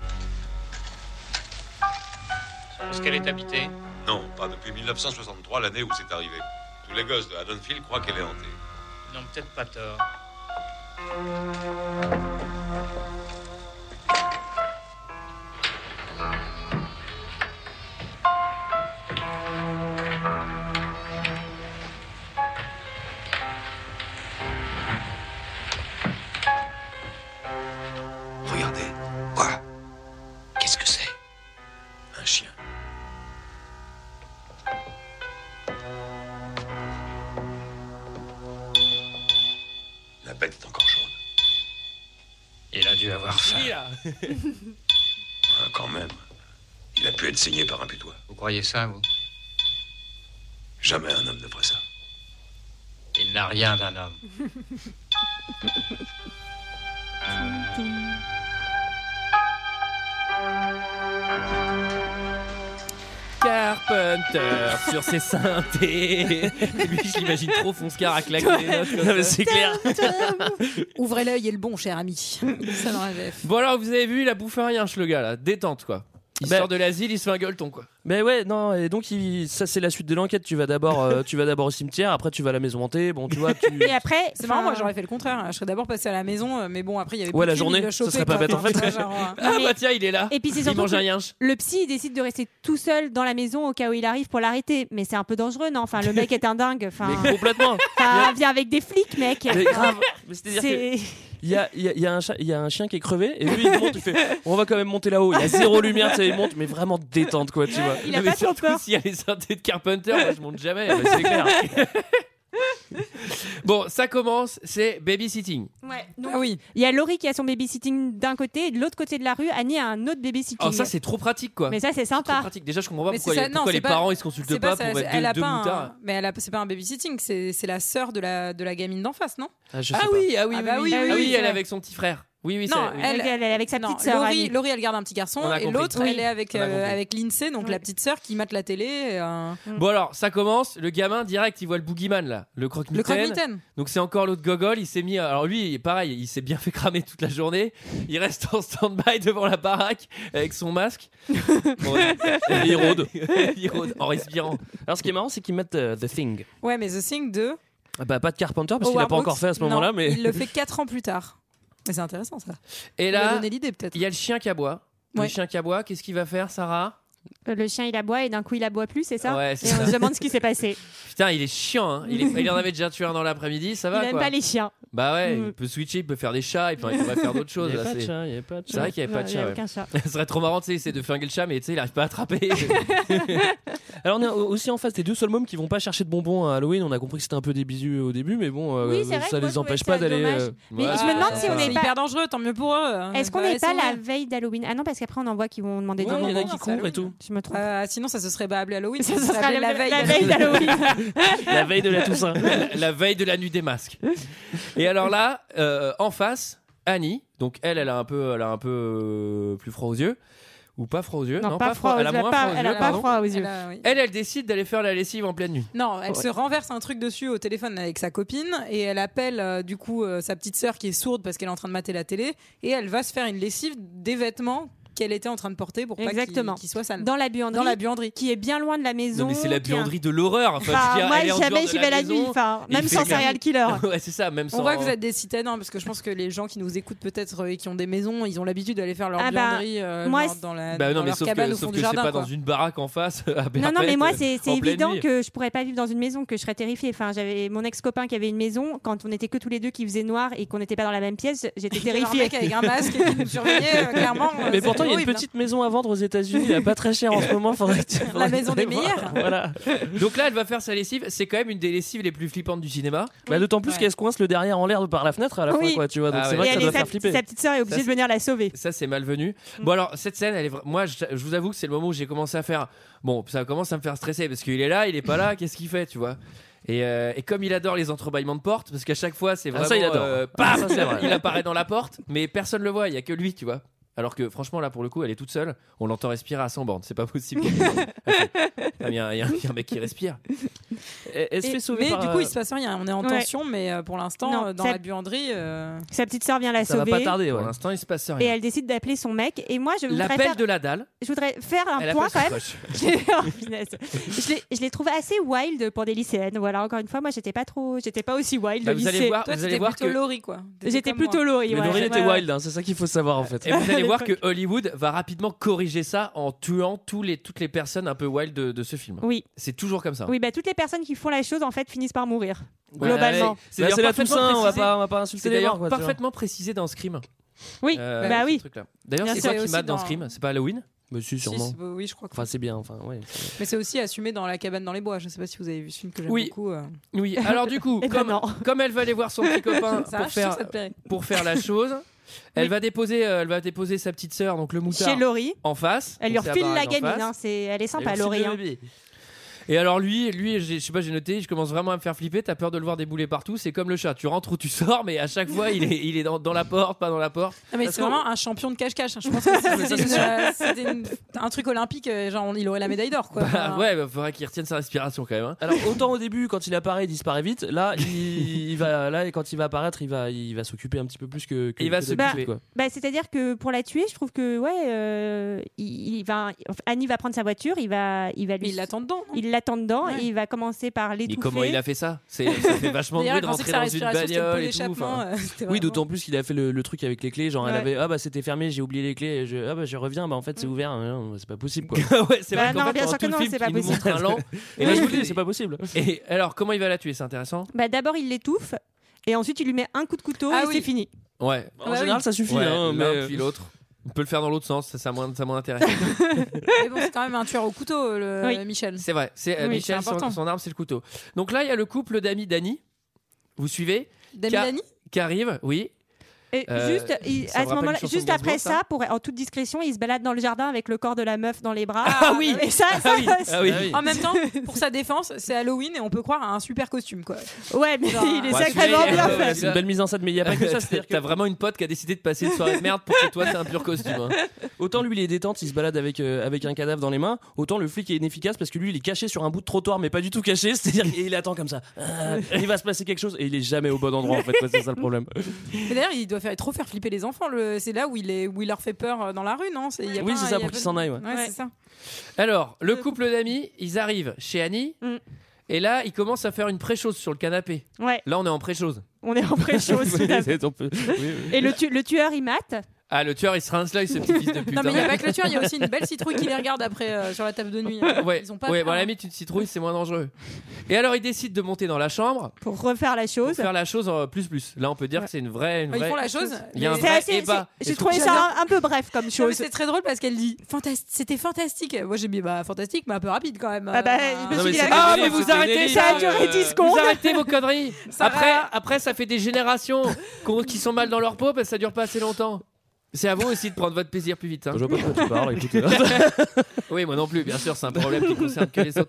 Est-ce qu'elle est habitée? Non, pas depuis mille neuf cent soixante-trois, l'année où c'est arrivé. Tous les gosses de Haddonfield croient qu'elle est hantée. Ils n'ont peut-être pas tort. Regardez. Quoi? Qu'est-ce que c'est? Un chien. La bête est encore jaune. Il a dû avoir faim. Ah, quand même. Il a pu être saigné par un putois. Vous croyez ça, vous? Jamais un homme ne ferait ça. Il n'a rien d'un homme. Car Carpenter sur ses synthés. Lui, je l'imagine trop Fonscar à claquer les notes comme Non, mais ça. c'est clair. Ouvrez l'œil et le bon, cher ami. Ça dans la V F. Bon alors, vous avez vu, il a bouffé un rien, le gars là. Détente quoi. Il Ben- sort de l'asile, il se fait un gueuleton quoi. Mais ouais, non, et donc il- ça c'est la suite de l'enquête. Tu vas d'abord, euh, tu vas d'abord au cimetière, après tu vas à la maison hantée. Bon, tu vois, tu. Et après, C'est marrant, enfin, moi j'aurais fait le contraire. Je serais d'abord passé à la maison, euh, mais bon, après il y avait Ouais, plus la de film, journée, il l'a ça chopé, serait pas quoi. bête, en fait. Tu vois, genre, euh, Ah mais- bah tiens, il est là. Et puis c'est Il surtout mange que un rien. le psy il décide de rester tout seul dans la maison au cas où il arrive pour l'arrêter. Mais c'est un peu dangereux, non? Enfin, le mec est un dingue. Enfin, Mais complètement. enfin, viens avec des flics, mec. Mais grave. Mais c'est-à-dire que C'est- il y a, il y a- il y a un chat- il y a un chien qui est crevé et lui il monte, il fait on va quand même monter là-haut. Il y a zéro lumière, tu sais, il monte, mais vraiment détente quoi, tu vois. Il a mais pas trop surtout peur. s'il y a les synthés de Carpenter, moi je monte jamais. Mais c'est clair. Bon, ça commence, c'est babysitting. Ouais, donc, Ah oui. il y a Laurie qui a son babysitting d'un côté et de l'autre côté de la rue, Annie a un autre babysitting. Alors ça c'est trop pratique quoi. Mais ça c'est Trop sympa. pratique. Déjà je comprends pas Mais pourquoi, c'est il y a- ça, non, pourquoi c'est les pas- parents ils se consultent C'est pas, ça, pour mettre elle deux, a deux pas un- moutards. Mais elle a, c'est pas un babysitting, c'est c'est la sœur de la de la gamine d'en face, non? Ah, je sais Ah pas. oui, ah oui, Ah oui, bah oui, oui, ah oui, oui, oui, elle est c'est- avec son petit frère. Oui, oui, Non, c'est- oui. elle- Elle, elle est avec sa Non, petite sœur. Laurie, Annie. Laurie, elle garde un petit garçon On a et compris. l'autre, Oui. elle est avec On a euh, compris. avec Lindsay, donc Oui. la petite sœur qui mate la télé. euh, Bon alors, ça commence, le gamin direct, il voit le boogeyman là, le Le croque-mitaine. croque-mitaine. Donc c'est encore l'autre gogol, il s'est mis, alors lui, pareil, il s'est bien fait cramer toute la journée. Il reste en stand-by devant la baraque avec son masque. Bon, Et il rôde. il rôde en respirant. Alors ce qui est marrant, c'est qu'ils mettent euh, The Thing. Ouais, mais The Thing de Ah bah pas de Carpenter parce qu'il l'a Howard pas encore Brooks. fait à ce Non, moment-là, mais il le fait quatre ans plus tard. Mais c'est intéressant ça. Et Il m'a là, donné l'idée peut-être. il y a le chien qui aboie. Le Ouais. chien qui aboie, qu'est-ce qu'il va faire, Sarah? Euh, Le chien il aboie et d'un coup il aboie plus, c'est ça? Ouais, c'est Et ça. on se demande ce qui s'est passé. Putain, il est chiant, hein. il, est- il en avait déjà tué un dans l'après-midi, ça va Il aime quoi. pas les chiens. Bah ouais, Mm. il peut switcher, il peut faire des chats, et puis il pourrait faire d'autres il choses. y a là, pas de c'est- chat, il y a pas de C'est chat. vrai qu'il n'y avait pas Non, de il y a chat. ouais. aucun chat. Ce serait trop marrant, tu sais, il essaie de flinguer le chat, mais tu sais, il arrive pas à attraper. Alors on est aussi en face des deux seuls mômes qui vont pas chercher de bonbons à Halloween. On a compris que c'était un peu des bisous au début, mais bon, euh, Oui, c'est vrai ça que moi, les je trouvais empêche ça pas d'aller. dommage. euh, Mais Ouais, je me demande c'est si on ça. n'est C'est pas. hyper dangereux, tant mieux pour eux. Est-ce qu'on Bah, n'est pas essayer. la veille d'Halloween? Ah non, parce qu'après on en voit qui vont demander des Ouais, il y en a bonbons. qui courent et tout. Je me trompe. Euh, sinon, ça se serait pas appelé Halloween, Ça, ça, ce se sera serait appelé la, la veille. la veille d'Halloween. La veille de la Toussaint. La veille de la nuit des masques. Et alors là, euh, en face, Annie, donc elle, elle a un peu, elle a un peu euh, plus froid aux yeux. Ou pas froid aux yeux. Non, pas froid. Elle a Elle a moins pas- froid aux elle yeux, a pas pardon. froid aux yeux. Elle a- oui. Elle, elle décide d'aller faire la lessive en pleine nuit. Non, elle Ouais. se renverse un truc dessus au téléphone avec sa copine et elle appelle euh, du coup euh, sa petite sœur qui est sourde parce qu'elle est en train de mater la télé et elle va se faire une lessive des vêtements qu'elle était en train de porter pour pas qu'ils Exactement. qu'ils soient sales. Dans la buanderie. Dans la buanderie. Qui est bien loin de la maison. Non mais c'est la qui a- buanderie de l'horreur. Enfin, Enfin, je veux dire, moi elle est en jamais dehors de j'y vais la nuit. maison. Enfin, Il même fait sans clair. serial killer. Ouais, c'est ça, même sans. On voit que vous êtes des citadins parce que je pense que les gens qui nous écoutent peut-être euh, et qui ont des maisons, ils ont l'habitude d'aller faire leur Ah bah, buanderie euh, moi, genre dans la Bah dans non, mais leur sauf cabane que, au fond sauf du que c'est jardin. pas quoi. dans une baraque en face. à Non, non, Perpète, mais moi, c'est c'est en pleine évident nuit. que je pourrais pas vivre dans une maison, que je serais terrifiée. Enfin, j'avais mon ex-copain qui avait une maison. Quand on était que tous les deux qui faisait noir et qu'on n'était pas dans la même pièce, j'étais Il y avait un terrifiée. mec avec un masque qui nous surveillait, euh, clairement. euh, Mais c'est pourtant, il y a une horrible, petite maison à vendre aux États-Unis, elle est pas très chère en ce moment. Faudrait que tu- faudrait maison que tu des ailles voir. meilleures. Voilà. Donc là, elle va faire sa lessive. C'est quand même une des lessives les plus flippantes du cinéma. Bah, d'autant plus Ouais. qu'elle se coince le derrière en l'air par la fenêtre à la Oui. fin, quoi. Tu vois, donc Ah c'est ouais. vrai Et que ça elle doit est sa, faire flipper. sa petite sœur est obligée Ça, de venir la sauver. Ça, c'est malvenu. Bon, alors, cette scène, elle est vra- moi, je, je vous avoue que c'est le moment où j'ai commencé à faire. Bon, ça commence à me faire stresser parce qu'il est là, il est pas là, qu'est-ce qu'il fait, tu vois. Et, euh, et comme il adore les entrebâillements de porte, parce qu'à chaque fois, c'est Ah, vraiment. ça, il adore. euh, paf, Ça, c'est vrai. il apparaît dans la porte, mais personne le voit, il y a que lui, tu vois. Alors que franchement, là, pour le coup, elle est toute seule. On l'entend respirer à cent bornes. C'est pas possible. Il y, a un- il y a un mec qui respire. Elle, elle se Et- fait sauver mais par. du coup, euh, il se passe rien. On est en Ouais. tension, mais euh, pour l'instant, Non, euh, dans ça- la buanderie. euh, Sa petite sœur vient la Ça va sauver. pas tarder, Pour ouais. l'instant, il se passe Et rien. elle décide d'appeler son mec. Et moi, je voudrais L'appel faire, de la dalle. je voudrais faire un Elle point appelle quand son même. coach. Oh, punaise. je l'ai- je l'ai trouvé assez wild pour des lycéennes. Voilà, encore une fois, moi, j'étais pas trop, j'étais pas aussi wild Bah, au vous lycée. allez voir, Toi, vous t'étais allez voir plutôt que. Laurie, quoi. T'étais J'étais comme plutôt moi. Laurie. Mais ouais. Laurie Ouais, était ouais. wild, hein, c'est ça qu'il faut savoir en fait. Et vous allez voir que Hollywood va rapidement corriger ça en tuant tous les, toutes les personnes un peu wild de, de ce film. Oui. C'est toujours comme ça. Oui, bah toutes les personnes qui font la chose en fait finissent par mourir. Ouais, globalement. ouais. C'est d'ailleurs la parfaitement Toussaint, on va précisé- pas, on va pas C'est insulter les d'ailleurs morts, quoi, tu vois. parfaitement précisé dans Scream. Oui, Euh, bah ce oui. truc-là. D'ailleurs, Bien c'est sûr. quoi C'est qui aussi mate dans dans- Scream? C'est pas Halloween? Mais si, Si, sûrement. c'est- oui, je crois que. Enfin, c'est bien. Enfin, ouais. Mais c'est aussi assumé dans La cabane dans les bois. Je sais pas si vous avez vu ce film que j'aime Oui. beaucoup. euh. Oui. Alors du coup, Eh ben comme, non. comme elle va aller voir son petit copain Ça, pour je suis sûre faire que ça te plairait. pour faire la chose, elle va déposer, euh, elle va déposer sa petite sœur, donc le moutard, Chez Laurie. en face. Elle lui Donc, c'est refile la la baraque en gamine. face. Hein, c'est... Elle est Elle sympa, refile Laurie. le hein. bébé. Et alors lui, lui, j'ai- je sais pas, j'ai noté, je commence vraiment à me faire flipper. T'as peur de le voir débouler partout. C'est comme le chat. Tu rentres ou tu sors, mais à chaque fois, il est, il est dans, dans la porte, pas dans la porte. Non, mais Parce c'est qu'on- vraiment un champion de cache-cache. hein. Je pense que Mais ça, c'était, c'est une, euh, c'était une- un truc olympique. euh, Genre, il aurait la médaille d'or, quoi. Bah, Enfin, ouais, bah, faudrait qu'il retienne sa respiration quand même. Hein. Alors autant au début quand il apparaît il disparaît vite, là il, il va là et quand il va apparaître il va il va s'occuper un petit peu plus que, que Il va que se- d'habitude, Bah, quoi. bah, c'est-à-dire que pour la tuer, je trouve que ouais, euh, il, il va, Annie va prendre sa voiture, il va, il va lui, Mais il l'attend dedans. non il l'attend dedans Ouais. et il va commencer par Mais l'étouffer. comment il a fait ça C'est, ça fait vachement de D'ailleurs, bruit de il pensait que rentrer sa dans une respiration, c'était le pot bagnole et tout. d'échappement. Enfin, euh, c'était Oui, vraiment- d'autant plus qu'il a fait le, le truc avec les clés, genre elle Ouais. avait ah bah c'était fermé, j'ai oublié les clés, et je, ah bah je reviens, bah en fait c'est ouvert, non, c'est pas possible quoi. ouais, c'est Bah vrai qu'en non, fait, bien pendant sûr tout que le non, film, c'est pas il nous possible. montre un lent. Et là je vous le dis, c'est pas possible. Et alors, comment il va la tuer C'est intéressant. Bah, d'abord, il l'étouffe et ensuite, il lui met un coup de couteau Ah et oui. c'est fini. Ouais. En Ouais, général oui. ça suffit Ouais, hein, l'un mais puis l'autre. On peut le faire dans l'autre sens, ça, ça a moins, ça a moins d'intérêt. Mais bon, c'est quand même un tueur au couteau, le Oui. Michel. C'est vrai. C'est euh, Oui, Michel, c'est son, important. son arme, c'est le couteau. Donc là, il y a le couple d'amis d'Annie. Vous suivez Dami Ca- Dani Qui arrive, oui. Et Euh, juste, il- ça à vous ce rappelle moment-là, une chanson juste de après Gainsbourg, ça, ça pour, en toute discrétion, il se balade dans le jardin avec le corps de la meuf dans les bras. Ah oui. Et ça, ça, Ah oui. Ah oui. En même temps, pour sa défense, c'est Halloween et on peut croire à un super costume, quoi. ouais, mais Genre, il est Ouais, sacrément celui-là, bien euh, fait. c'est une belle mise en scène, mais il y a pas que ça, c'est-à-dire que T'as vraiment une pote qui a décidé de passer une soirée de merde pour que toi, t'aies un pur costume. hein. autant lui il est détente, il se balade avec euh, avec un cadavre dans les mains, autant le flic est inefficace parce que lui il est caché sur un bout de trottoir mais pas du tout caché, c'est-à-dire qu'il attend comme ça. Ah, il va se passer quelque chose et il est jamais au bon endroit en fait, ouais, c'est ça le problème. Mais d'ailleurs, il doit faire trop faire flipper les enfants. Le... C'est là où il, est... où il leur fait peur euh, dans la rue, non c'est... il y a Oui, pas- c'est il ça y a pour pas qu'ils de- s'en aillent. Ouais. Ouais, Ouais. c'est ça. Alors, le couple d'amis, ils arrivent chez Annie. Mm. Et là, ils commencent à faire une pré-chose sur le canapé. Ouais, Là, on est en pré-chose. on est en pré-chose. tout à fait. On peut- oui, oui. Et le, tu- le tueur, il mate. Ah, le tueur, il se rince l'œil, ce petit fils de pute. Non, mais il n'y a hein. pas que le tueur, il y a aussi une belle citrouille qui les regarde après euh, sur la table de nuit. hein. Ouais, Ils ont pas ouais peur, bon, à la hein. limite, une citrouille, c'est moins dangereux. Et alors, ils décident de monter dans la chambre Pour refaire la pour chose. faire la chose en plus plus. Là, on peut dire Ouais. que c'est une vraie. Une Ils vraie... font la chose. Il y a un mais- C'est vrai assez- débat. c'est- J'ai Est-ce trouvé que- ça un, un peu bref comme Non, mais chose. c'est très drôle parce qu'elle dit Fantas- c'était fantastique. Moi j'ai dit bah fantastique mais un peu rapide quand même. Ah bah, Euh, je me Non, suis mais dit, c'est la- Ah, C'était mais une vous élite, arrêtez c'était ça une élite. Ça a duré dix Vous secondes. arrêtez vos conneries. Ça Après, va. après, ça fait des générations qu'on- qui sont mal dans leur peau parce que ça dure pas assez longtemps. C'est à vous aussi de prendre votre plaisir plus vite. hein. Je vois pas de quoi tu parles, écoute. Oui, moi non plus, bien sûr, c'est un problème qui concerne que les autres.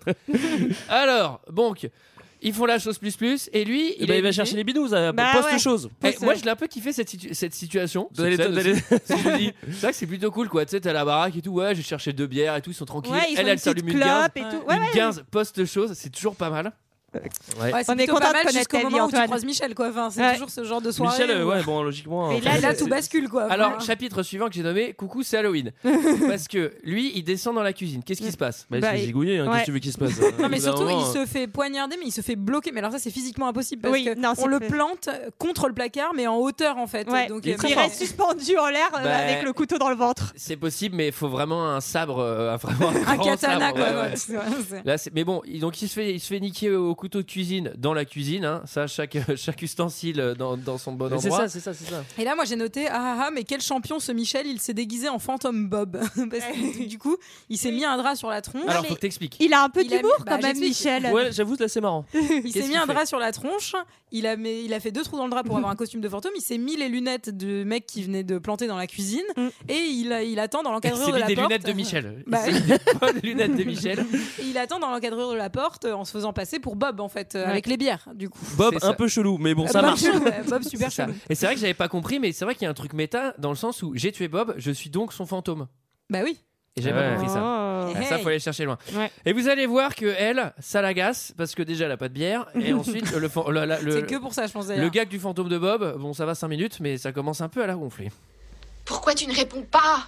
Alors, donc, ils font la chose plus plus, et lui, Eh il, ben, a il va une chercher idée. les bidous, ça Bah poste ouais. chose. Eh, Poste- moi, je l'ai un peu kiffé cette, situ- cette situation. D'aller- Cette scène d'aller- aussi. Si je me dis, c'est vrai que c'est plutôt cool, quoi. Tu sais, t'as la baraque et tout. Ouais, j'ai cherché deux bières et tout, ils sont tranquilles. Ouais, ils font elle, une elle s'allume petite une quinze. clope et tout. Ouais, une ouais. quinze post-chose, c'est toujours pas mal. Ouais, On c'est est plutôt content pas de mal connaître jusqu'au ta vie, moment où tu Antoine. croises Michel quoi. Enfin, c'est Ouais. toujours ce genre de soirée. Michel, euh, où- ouais, bon, logiquement. Et enfin, Et là c'est- tout bascule quoi. Alors, Enfin, chapitre suivant que j'ai nommé Coucou, c'est Halloween. Parce que lui, il descend dans la cuisine. Qu'est-ce qui se passe Bah, il Bah, se fait il- zigouiller, hein, ouais. qu'est-ce que tu veux qu'il se passe Non mais Au bout d'un surtout moment, il se fait poignarder mais il se fait bloquer mais alors ça c'est physiquement impossible parce Oui, que non, c'est on le fait. plante contre le placard mais en hauteur en fait. Ouais. Donc Il est euh, très Il vraiment- reste suspendu en l'air euh, Bah, avec le couteau dans le ventre. C'est possible, mais il faut vraiment un sabre, euh, vraiment un, un grand katana sabre, quoi. ouais, ouais, ouais. c'est vrai, c'est- Là, c'est- mais bon, il, donc il se fait, il se fait niquer au couteau de cuisine dans la cuisine. Hein. Ça, chaque, chaque ustensile dans, dans son bon Mais c'est endroit. ça, c'est ça, c'est ça. Et là moi j'ai noté ah ah ah mais quel champion ce Michel, il s'est déguisé en fantôme Bob parce que du coup il s'est mis un drap sur la tronche. Alors, mais faut que t'expliques. Il a un peu Il a d'humour mis- bah, quand même, j'explique. Michel. Ouais, j'avoue, là c'est marrant. Il s'est Qu'est-ce mis qu'il un fait drap sur la tronche, il a, mis- il a fait deux trous dans le drap pour avoir un costume de fantôme, il s'est mis les lunettes de mec qui venait de planter dans la cuisine Mm. et il, a- il attend dans Il l'encadrure s'est de mis la des porte. lunettes de Michel. Il Bah, s'est mis des bonnes lunettes de Michel. Et il attend dans l'encadrure de la porte euh, en se faisant passer pour Bob en fait, euh, avec les bières du coup. Bob, C'est ça. un peu chelou, mais bon, Euh, ça Bob marche. chelou, ouais, Bob super C'est ça. chelou. Et c'est vrai que j'avais pas compris, mais c'est vrai qu'il y a un truc méta dans le sens où j'ai tué Bob, je suis donc son fantôme. Bah oui. Et j'avais Ouais. pas compris ça. Oh. Ah, ça, faut aller chercher loin. Ouais. Et vous allez voir que elle, ça l'agace parce que déjà elle a pas de bière et ensuite le, fan- le, la- le- C'est que pour ça je pense le d'ailleurs. gag du fantôme de Bob, bon ça va cinq minutes mais ça commence un peu à la gonfler. Pourquoi tu ne réponds pas?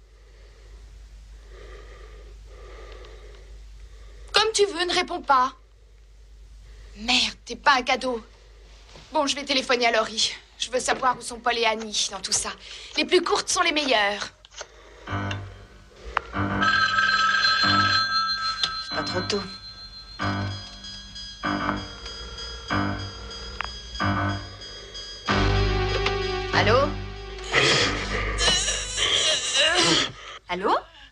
Comme tu veux, ne réponds pas. Merde, t'es pas un cadeau. Bon, je vais téléphoner à Laurie. Je veux savoir où sont Paul et Annie dans tout ça. Les plus courtes sont les meilleures. C'est pas trop tôt. Allô? Allô?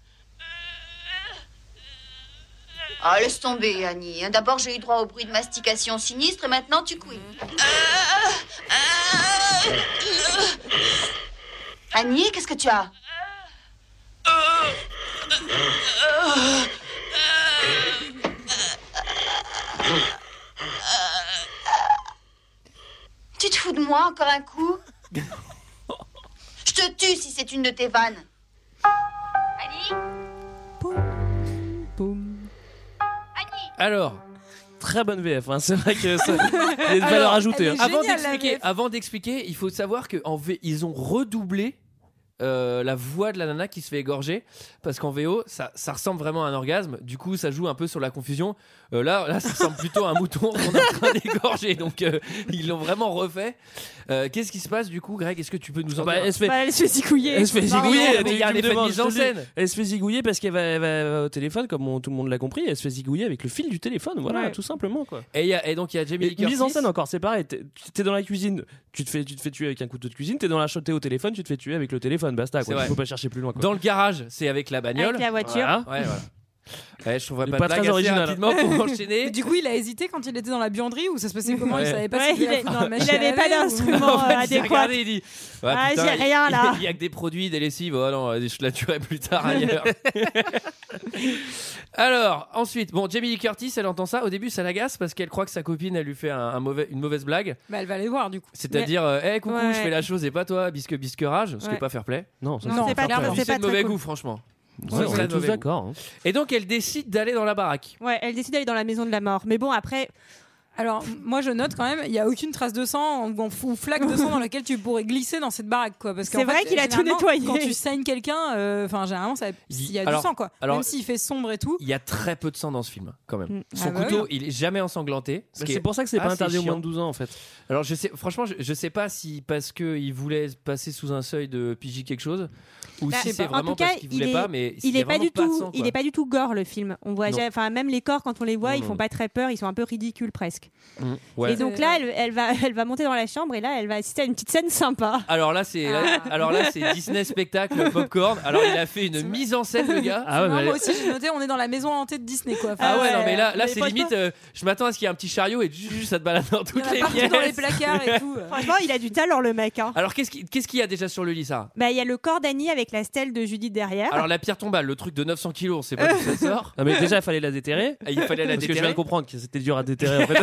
Ah, laisse tomber, Annie. hein. D'abord, j'ai eu droit au bruit de mastication sinistre et maintenant, tu couilles. Annie, qu'est-ce que tu as? moi encore un coup. Je te tue si c'est une de tes vannes. Annie Alors, Très bonne V F, hein. C'est vrai que ça, il y a une valeur Alors, ajoutée. hein. Avant Génial, la d'expliquer, V F. avant d'expliquer, il faut savoir que en V, ils ont redoublé euh, la voix de la nana qui se fait égorger parce qu'en V O, ça, ça ressemble vraiment à un orgasme. Du coup, ça joue un peu sur la confusion. Euh, là, là, ça ressemble plutôt à un mouton qu'on est en train d'égorger. Donc, euh, ils l'ont vraiment refait. Euh, qu'est-ce qui se passe du coup, Greg? Est-ce que tu peux nous en Bah, dire elle se fait, Bah, elle se fait zigouiller. elle se fait Non, zigouiller. mais tu- il y a tu un me effet de demandes, mise en je te le dis. scène. Elle se fait zigouiller parce qu'elle va, elle va- elle va au téléphone, comme on- tout le monde l'a compris. Elle se fait zigouiller avec le fil du téléphone. Voilà, Ouais. tout simplement, quoi. Et, il y a- et donc, il y a Jamie Et Lee Curtis. mise en scène encore, c'est pareil. T'es, t'es dans la cuisine, tu te fais, tu te fais tuer avec un couteau de cuisine. T'es dans la chaude, t'es au téléphone, tu te fais tuer avec le téléphone. Basta, C'est quoi. vrai. Il faut pas chercher plus loin, quoi. Dans le garage, c'est avec la bagnole. Avec la voiture. Voilà. Ouais, voilà. Ouais, je trouverais Il est pas, pas de blague très assez original. rapidement pour enchaîner. Mais du coup, il a hésité quand il était dans la buanderie ou ça se passait comment Il Ouais. savait pas Ouais, s'il devait il la est- foutre dans la machine il à avait pas laver ou- d'instrument En fait, il s'est adéquat. regardé, il dit ouais, Ah, putain, j'ai rien, là. Il y a que des produits, des lessives. Oh non, je la tuerai plus tard ailleurs. Alors, ensuite, bon, Jamie Lee Curtis, elle entend ça. Au début, ça l'agace parce qu'elle croit que sa copine, elle lui fait un, un mauvais, une mauvaise blague. Bah, elle va aller voir du coup. C'est-à-dire, euh, hey, coucou, Ouais. je fais la chose et pas toi, bisque, bisque rage. Ce qui Ouais. est pas fair play. Non, ça, Non, c'est pas clairement. clair, Puis c'est c'est pas de très mauvais cool. goût, franchement. Ouais, C'est on très est tous mauvais d'accord. hein. Et donc, elle décide d'aller dans la baraque. Ouais, elle décide d'aller dans la maison de la mort. Mais bon, après, Alors, moi je note quand même, il n'y a aucune trace de sang ou ou flaque de sang dans laquelle tu pourrais glisser dans cette baraque, quoi. Parce C'est qu'en vrai fait, qu'il a tout généralement, nettoyé. Quand tu saignes quelqu'un, enfin, généralement, ça- il y a Alors- du sang, quoi. alors- Même s'il fait sombre et tout. Il y a très peu de sang dans ce film, quand même. Mm. Son Ah bah couteau, oui. il est jamais ensanglanté. ce Bah, qui c'est est pour ça que c'est pas assez interdit au moins chiant. de douze ans, en fait. Alors je sais, franchement, je, je sais pas si parce que il voulait passer sous un seuil de P J quelque chose, ou Bah, si c'est en vraiment tout cas, parce qu'il voulait il est- pas, mais il y a est pas vraiment du de tout, sang, il quoi. est pas du tout gore le film. On voit, Non. ja- enfin même les corps quand on les voit, Non, ils non. font pas très peur, ils sont un peu ridicules presque. Mm, ouais. Et donc là, elle, elle va, elle va monter dans la chambre et là, elle va assister à une petite scène sympa. Alors là, c'est, là- alors là, c'est Disney spectacle popcorn. Alors il a fait une mise en scène, le gars. Ah ouais, Non, mais moi aussi j'ai noté, on est dans la maison hantée de Disney, quoi. Enfin, Ah ouais, ouais, non mais là, là mais c'est franchement- limite. euh, je m'attends à ce qu'il y ait un petit chariot et juste ça te balade dans il y toutes en a les partout pièces. dans les placards et tout. Franchement, il a du talent le mec. Hein. Alors qu'est-ce qui- qu'est-ce qu'il y a déjà sur le lit, ça? Bah il y a le corps d'Annie avec la stèle de Judith derrière. Alors la pierre tombale, le truc de neuf cents kilos, on sait pas d'où ça sort. Ah, mais déjà, il fallait la déterrer. Il fallait la Parce que je viens déterrer. de comprendre que c'était dur à déterrer, en fait.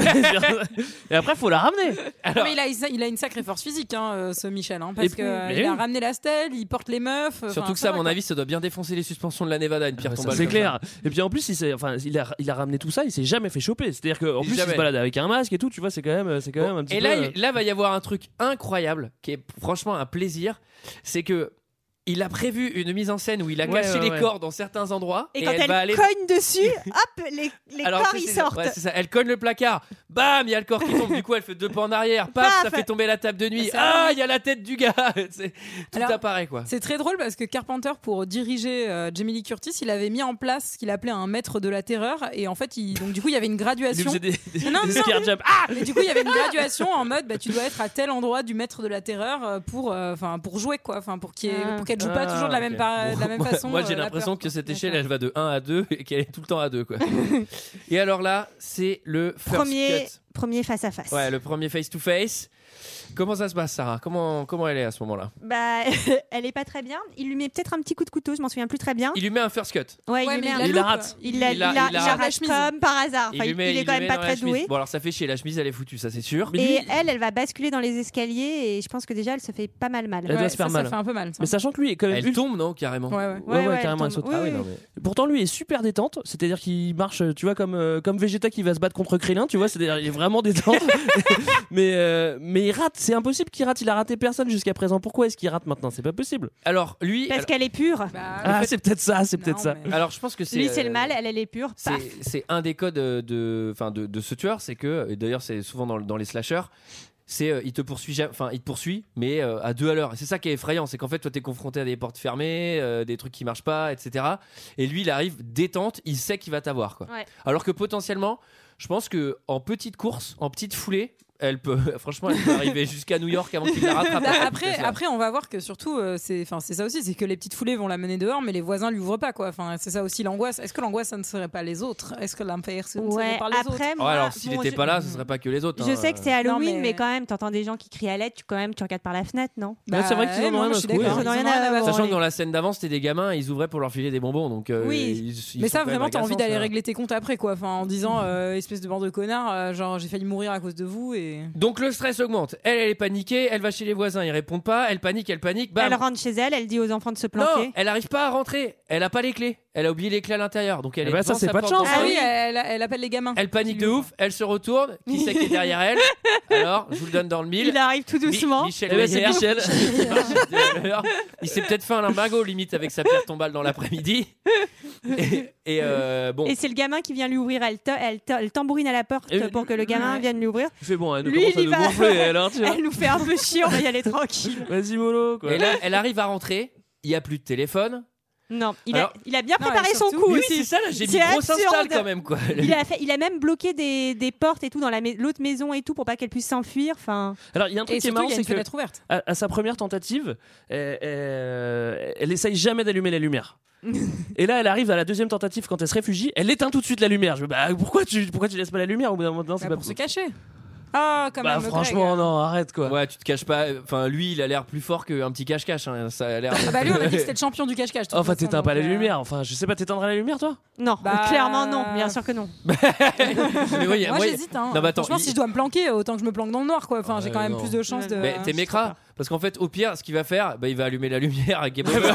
Et après, faut la ramener. Alors, Mais il a, il a une sacrée force physique, hein, euh, ce Michel, hein, parce Et- qu'il mais a oui. ramené la stèle, il porte les meufs. surtout enfin, que ça, à va, mon quoi. avis, ça doit bien défoncer les suspensions de la Nevada, une pierre Ah, ça, tombale. c'est comme clair. Et puis en plus, il, s'est- enfin, il, a, il a ramené tout ça, il s'est jamais fait choper. C'est-à-dire qu'en Il- plus, il jamais. se balade avec un masque et tout, tu vois, c'est quand même, c'est quand même un petit Et peu. là, euh, il- là, va y avoir un truc incroyable qui est franchement un plaisir. C'est que il a prévu une mise en scène où il a Ouais, caché ouais, les ouais. corps dans certains endroits. Et quand elle, elle, va aller. cogne dessus, hop, les, les Alors, corps c'est- ils c'est- sortent. ouais, c'est ça. Elle cogne le placard. Bam, il y a le corps qui tombe. Du coup, elle fait deux pas en arrière. Paf, Paf. ça fait tomber la table de nuit. C'est Ah, vrai. il y a la tête du gars. C'est- Tout Alors, apparaît quoi. C'est très drôle parce que Carpenter, pour diriger euh, Jamie Lee Curtis, il avait mis en place ce qu'il appelait un maître de la terreur. Et en fait, il, donc, du coup, il y avait une il lui graduation. faisait des, des, Non, des non, scare jumps. Ah Mais du coup, il y avait une graduation en mode bah, tu dois être à tel endroit du maître de la terreur euh, pour, euh, enfin, pour jouer, quoi. Enfin, pour qu'il y ait- Ah. pour qu'elle joue pas Ah, toujours de la ok. même, par- de la même Moi- façon. Moi, j'ai euh, la l'impression peur, que quoi. cette échelle, D'accord. elle va de un à deux et qu'elle est tout le temps à deux quoi. Et alors là, c'est le first Premier, cut. premier face à face. Ouais, le premier face to face. Comment ça se passe, Sarah? Comment comment elle est à ce moment-là? Bah, elle est pas très bien. Il lui met peut-être un petit coup de couteau, je m'en souviens plus très bien. Il lui met un first cut. Ouais, Ouais, il lui mais met il un- Il la rate. Il la, il il la- la- il la il rate. arrache comme par hasard. Enfin, lui il, met- il est il quand lui même met pas dans la très chemise. doué. Bon, alors ça fait chier, la chemise elle est foutue, ça c'est sûr. Mais Et lui- elle, elle va basculer dans les escaliers et je pense que déjà elle se fait pas mal mal. Elle doit Ouais, se faire ça, mal. Ça fait un peu mal. ça. Mais sachant que lui est quand même. Elle ultra- tombe, non, carrément. Ouais, ouais. Ouais, ouais, Ouais, ouais, carrément, elle elle saute. tombe. Ah oui, Oui, non, oui. mais. Pourtant, lui est super détente, c'est-à-dire qu'il marche, tu vois, comme, euh, comme Vegeta qui va se battre contre Krillin, tu vois, c'est-à-dire il est vraiment détente. mais, euh, mais il rate, c'est impossible qu'il rate, il a raté personne jusqu'à présent. Pourquoi est-ce qu'il rate maintenant? C'est pas possible. Alors, lui. Parce qu'elle est pure. Bah, Ah, c'est peut-être ça, c'est peut-être non, ça. mais- Alors, je pense que c'est. Lui, c'est euh, le mal, elle, elle est pure. C'est, Paf. c'est un des codes euh, de, enfin de, de ce tueur, c'est que, et d'ailleurs c'est souvent dans, dans les slashers, c'est euh, il te poursuit, ja- enfin il te poursuit, mais euh, à deux à l'heure. Et c'est ça qui est effrayant, c'est qu'en fait toi t'es confronté à des portes fermées, euh, des trucs qui marchent pas, et cetera. Et lui il arrive détente, il sait qu'il va t'avoir quoi. Ouais. Alors que potentiellement, je pense que en petite course, en petite foulée, elle peut, franchement, elle peut arriver jusqu'à New York avant qu'il la rattrape. Bah, à cette après, vitesse-là. après, on va voir que surtout, euh, c'est, enfin, c'est ça aussi, c'est que les petites foulées vont la mener dehors, mais les voisins lui ouvrent pas, quoi. Enfin, c'est ça aussi l'angoisse. Est-ce que l'angoisse, ça ne serait pas les autres? Est-ce que l'enfer, ce ne serait Ouais, pas les autres? après, Ouais, moi, alors s'il bon, n'était je- pas là, ce serait pas que les autres. Je hein. sais que c'est Halloween, Non, mais... mais- quand même, t'entends des gens qui crient à l'aide, tu, quand même, tu regardes par la fenêtre, non? Ouais, c'est vrai qu'ils en ont non, rien à je suis secouer, d'accord, hein. ils en ont Ils en ont rien à rien à voir. Sachant que dans la scène d'avant, c'était des gamins, ils ouvraient pour leur filer des bonbons, donc. euh, Oui. ils- ils Mais sont ça, quand même vraiment, t'as envie agaçants, d'aller ça. régler tes comptes après, quoi. Enfin, en disant, euh, espèce espèce de bande de connards, euh, genre j'ai failli mourir à cause de vous et. Donc le stress augmente. Elle, elle est paniquée. Elle va chez les voisins, ils répondent pas. Elle panique, elle panique. Bam. Elle rentre chez elle, elle dit aux enfants de se planquer. Non, elle arrive pas à rentrer. Elle a pas les clés. Elle a oublié les clés à l'intérieur. Donc elle Eh est ben, ça, devant c'est sa pas de porte chance, d'entrée. Ah oui, elle, elle appelle les gamins. Elle panique de ouf. Elle se retourne. Qui c'est qui est derrière elle? Alors, je vous le donne dans le mille. Il arrive tout doucement. Mi- Michel Eh ben, c'est Weyer. Michel. Il s'est peut-être fait un limbago limite avec sa pierre tombale dans l'après-midi. Et, et, euh, bon. Et c'est le gamin qui vient lui ouvrir. Elle, ta- elle, ta- elle tambourine à la porte Et- pour que le gamin Ouais. vienne lui ouvrir. Il fait bon, elle nous Lui, commence à il y nous va. gonfler, elle, hein, tu vois. Elle nous fait un peu chier, on va y aller tranquille. Vas-y, mollo, quoi. Et là, elle arrive à rentrer. Il y a plus de téléphone. Non, il, Alors- a, il a bien Non, préparé et son surtout- coup Oui, aussi. c'est ça. Là, j'ai mis C'est grosse absurde. install quand même, quoi. Il a, fait, il a même bloqué des, des portes et tout dans la mais- l'autre maison et tout pour pas qu'elle puisse s'enfuir. Enfin, Alors, il y a un truc Et qui est surtout, marrant, il y a c'est une que fenêtre ouverte. à, à sa première tentative, elle, elle, elle essaye jamais d'allumer la lumière. Et là, elle arrive à la deuxième tentative quand elle se réfugie, elle éteint tout de suite la lumière. Je me dis, bah pourquoi tu pourquoi tu laisses pas la lumière au bout d'un moment? C'est Bah, pas pour se cacher. Ah, quand Bah même. franchement, Greg. non, arrête quoi. Ouais, tu te caches pas. Enfin, lui, il a l'air plus fort qu'un petit cache-cache. hein. Ça a l'air. Ah bah lui, on a dit que c'était le champion du cache-cache. de toute Enfin, façon, t'éteins pas la donc, euh, lumière. Enfin, je sais pas, t'éteindrais la lumière, toi? non, Bah, clairement non, bien sûr que non. Mais oui, Moi moi, j'hésite. Hein. Non, mais attends, Franchement, il- si je dois me planquer, autant que je me planque dans le noir, quoi. Enfin, j'ai Ouais, quand même non. plus de chances de. Mais t'aimeras parce qu'en fait, au pire, ce qu'il va faire, bah, il va allumer la lumière à Game Over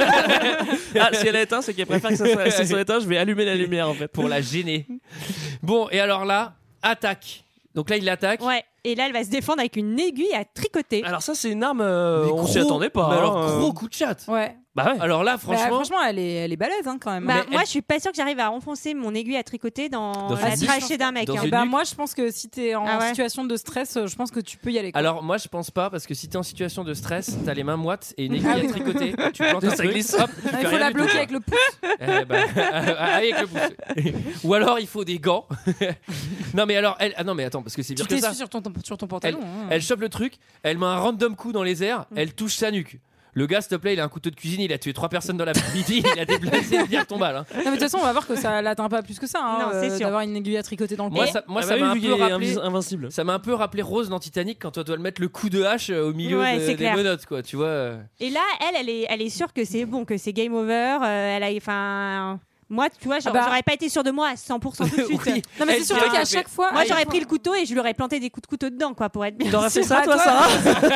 Ah, si elle a éteint, c'est qu'elle préfère que ça soit, ça soit éteint. Je vais allumer la lumière en fait. pour la gêner. Bon, et alors là, attaque. Donc là, il l'attaque. Ouais. Et là, elle va se défendre avec une aiguille à tricoter. Alors ça, c'est une arme. euh, Mais on gros- s'y attendait pas. mais alors, hein. gros coup de chat. Ouais. Bah ouais. Alors là, Bah, franchement, franchement, elle est, elle est balèze hein, quand même. Bah, Mais moi, elle- je suis pas sûre que j'arrive à enfoncer mon aiguille à tricoter dans, Dans la une nuque. trachée d'un mec. Dans hein. Et une bah nuque. moi, je pense que si t'es en Ah ouais. situation de stress, euh, je pense que tu peux y aller. Quoi. alors moi, je pense pas parce que si t'es en situation de stress, t'as les mains moites et une aiguille Ah oui. à tricoter. Tu plantes un Ça truc, glisse. hop, tu Ah, fais il faut rien la du tout, bloquer quoi. avec le pouce. Eh ben, avec le pouce. Ou alors il faut des gants. Non mais alors elle, ah non mais attends parce que c'est Tu pire que ça. t'essuies sur ton, sur ton pantalon. hein. Elle chope le truc, elle met un random coup dans les airs, elle touche sa nuque. Le gars, s'il te plaît, il a un couteau de cuisine, il a tué trois personnes dans l'après-midi, il a déplacé une bière tombale. Hein. Non, mais de toute façon, on va voir que ça l'atteint pas plus que ça. Hein, Non, c'est euh, sûr. D'avoir une aiguille à tricoter dans le Moi, pied. ça, moi, Ah ça bah m'a oui, un vu peu qu'il est rappelé. invis- invincible. Ça m'a un peu rappelé Rose dans Titanic quand toi dois le mettre le coup de hache euh, au milieu Ouais, de- c'est des clair. menottes, quoi. Tu vois. Et là, elle, elle est, elle est sûre que c'est bon, que c'est game over. euh, elle a, enfin, moi, tu vois, j'aurais Ah bah. j'aurais pas été sûre de moi à cent pour cent tout de suite. Oui. Non, mais Elle c'est surtout tient- qu'à chaque fois. Moi, à j'aurais chaque pris le couteau et je lui aurais planté des coups de couteau dedans, quoi, pour être bien. T'aurais fait sûre. ça, toi, toi, Sarah?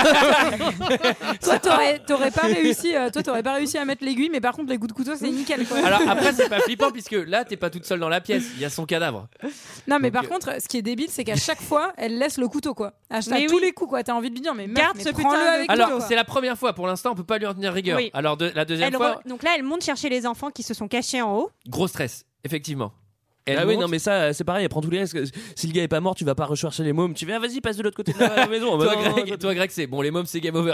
Toi, t'aurais, t'aurais pas réussi. euh, toi, t'aurais pas réussi à mettre l'aiguille, mais par contre, les coups de couteau, c'est nickel. Quoi. Alors après, c'est pas flippant puisque là, t'es pas toute seule dans la pièce, il y a son cadavre. Non, mais Donc, par euh, contre, ce qui est débile, c'est qu'à chaque fois, elle laisse le couteau, quoi. À, à Mais tous oui. les coups, quoi. T'as envie de lui dire, mais meuf, Garde mais ce prends-le putain de avec Alors, toi, quoi. c'est la première fois, pour l'instant, on peut pas lui en tenir rigueur. Oui. Alors, de- la deuxième Elle fois, re- Donc là, elle monte chercher les enfants qui se sont cachés en haut. gros stress, effectivement. Elle Ah oui, monte. non, mais ça, c'est pareil, elle prend tous les risques. Si le gars est pas mort, tu vas pas rechercher les mômes. Tu vas, ah, vas-y, passe de l'autre côté de la maison. Bah Toi, non, Greg, non, toi, Greg, c'est bon, les mômes, c'est game over.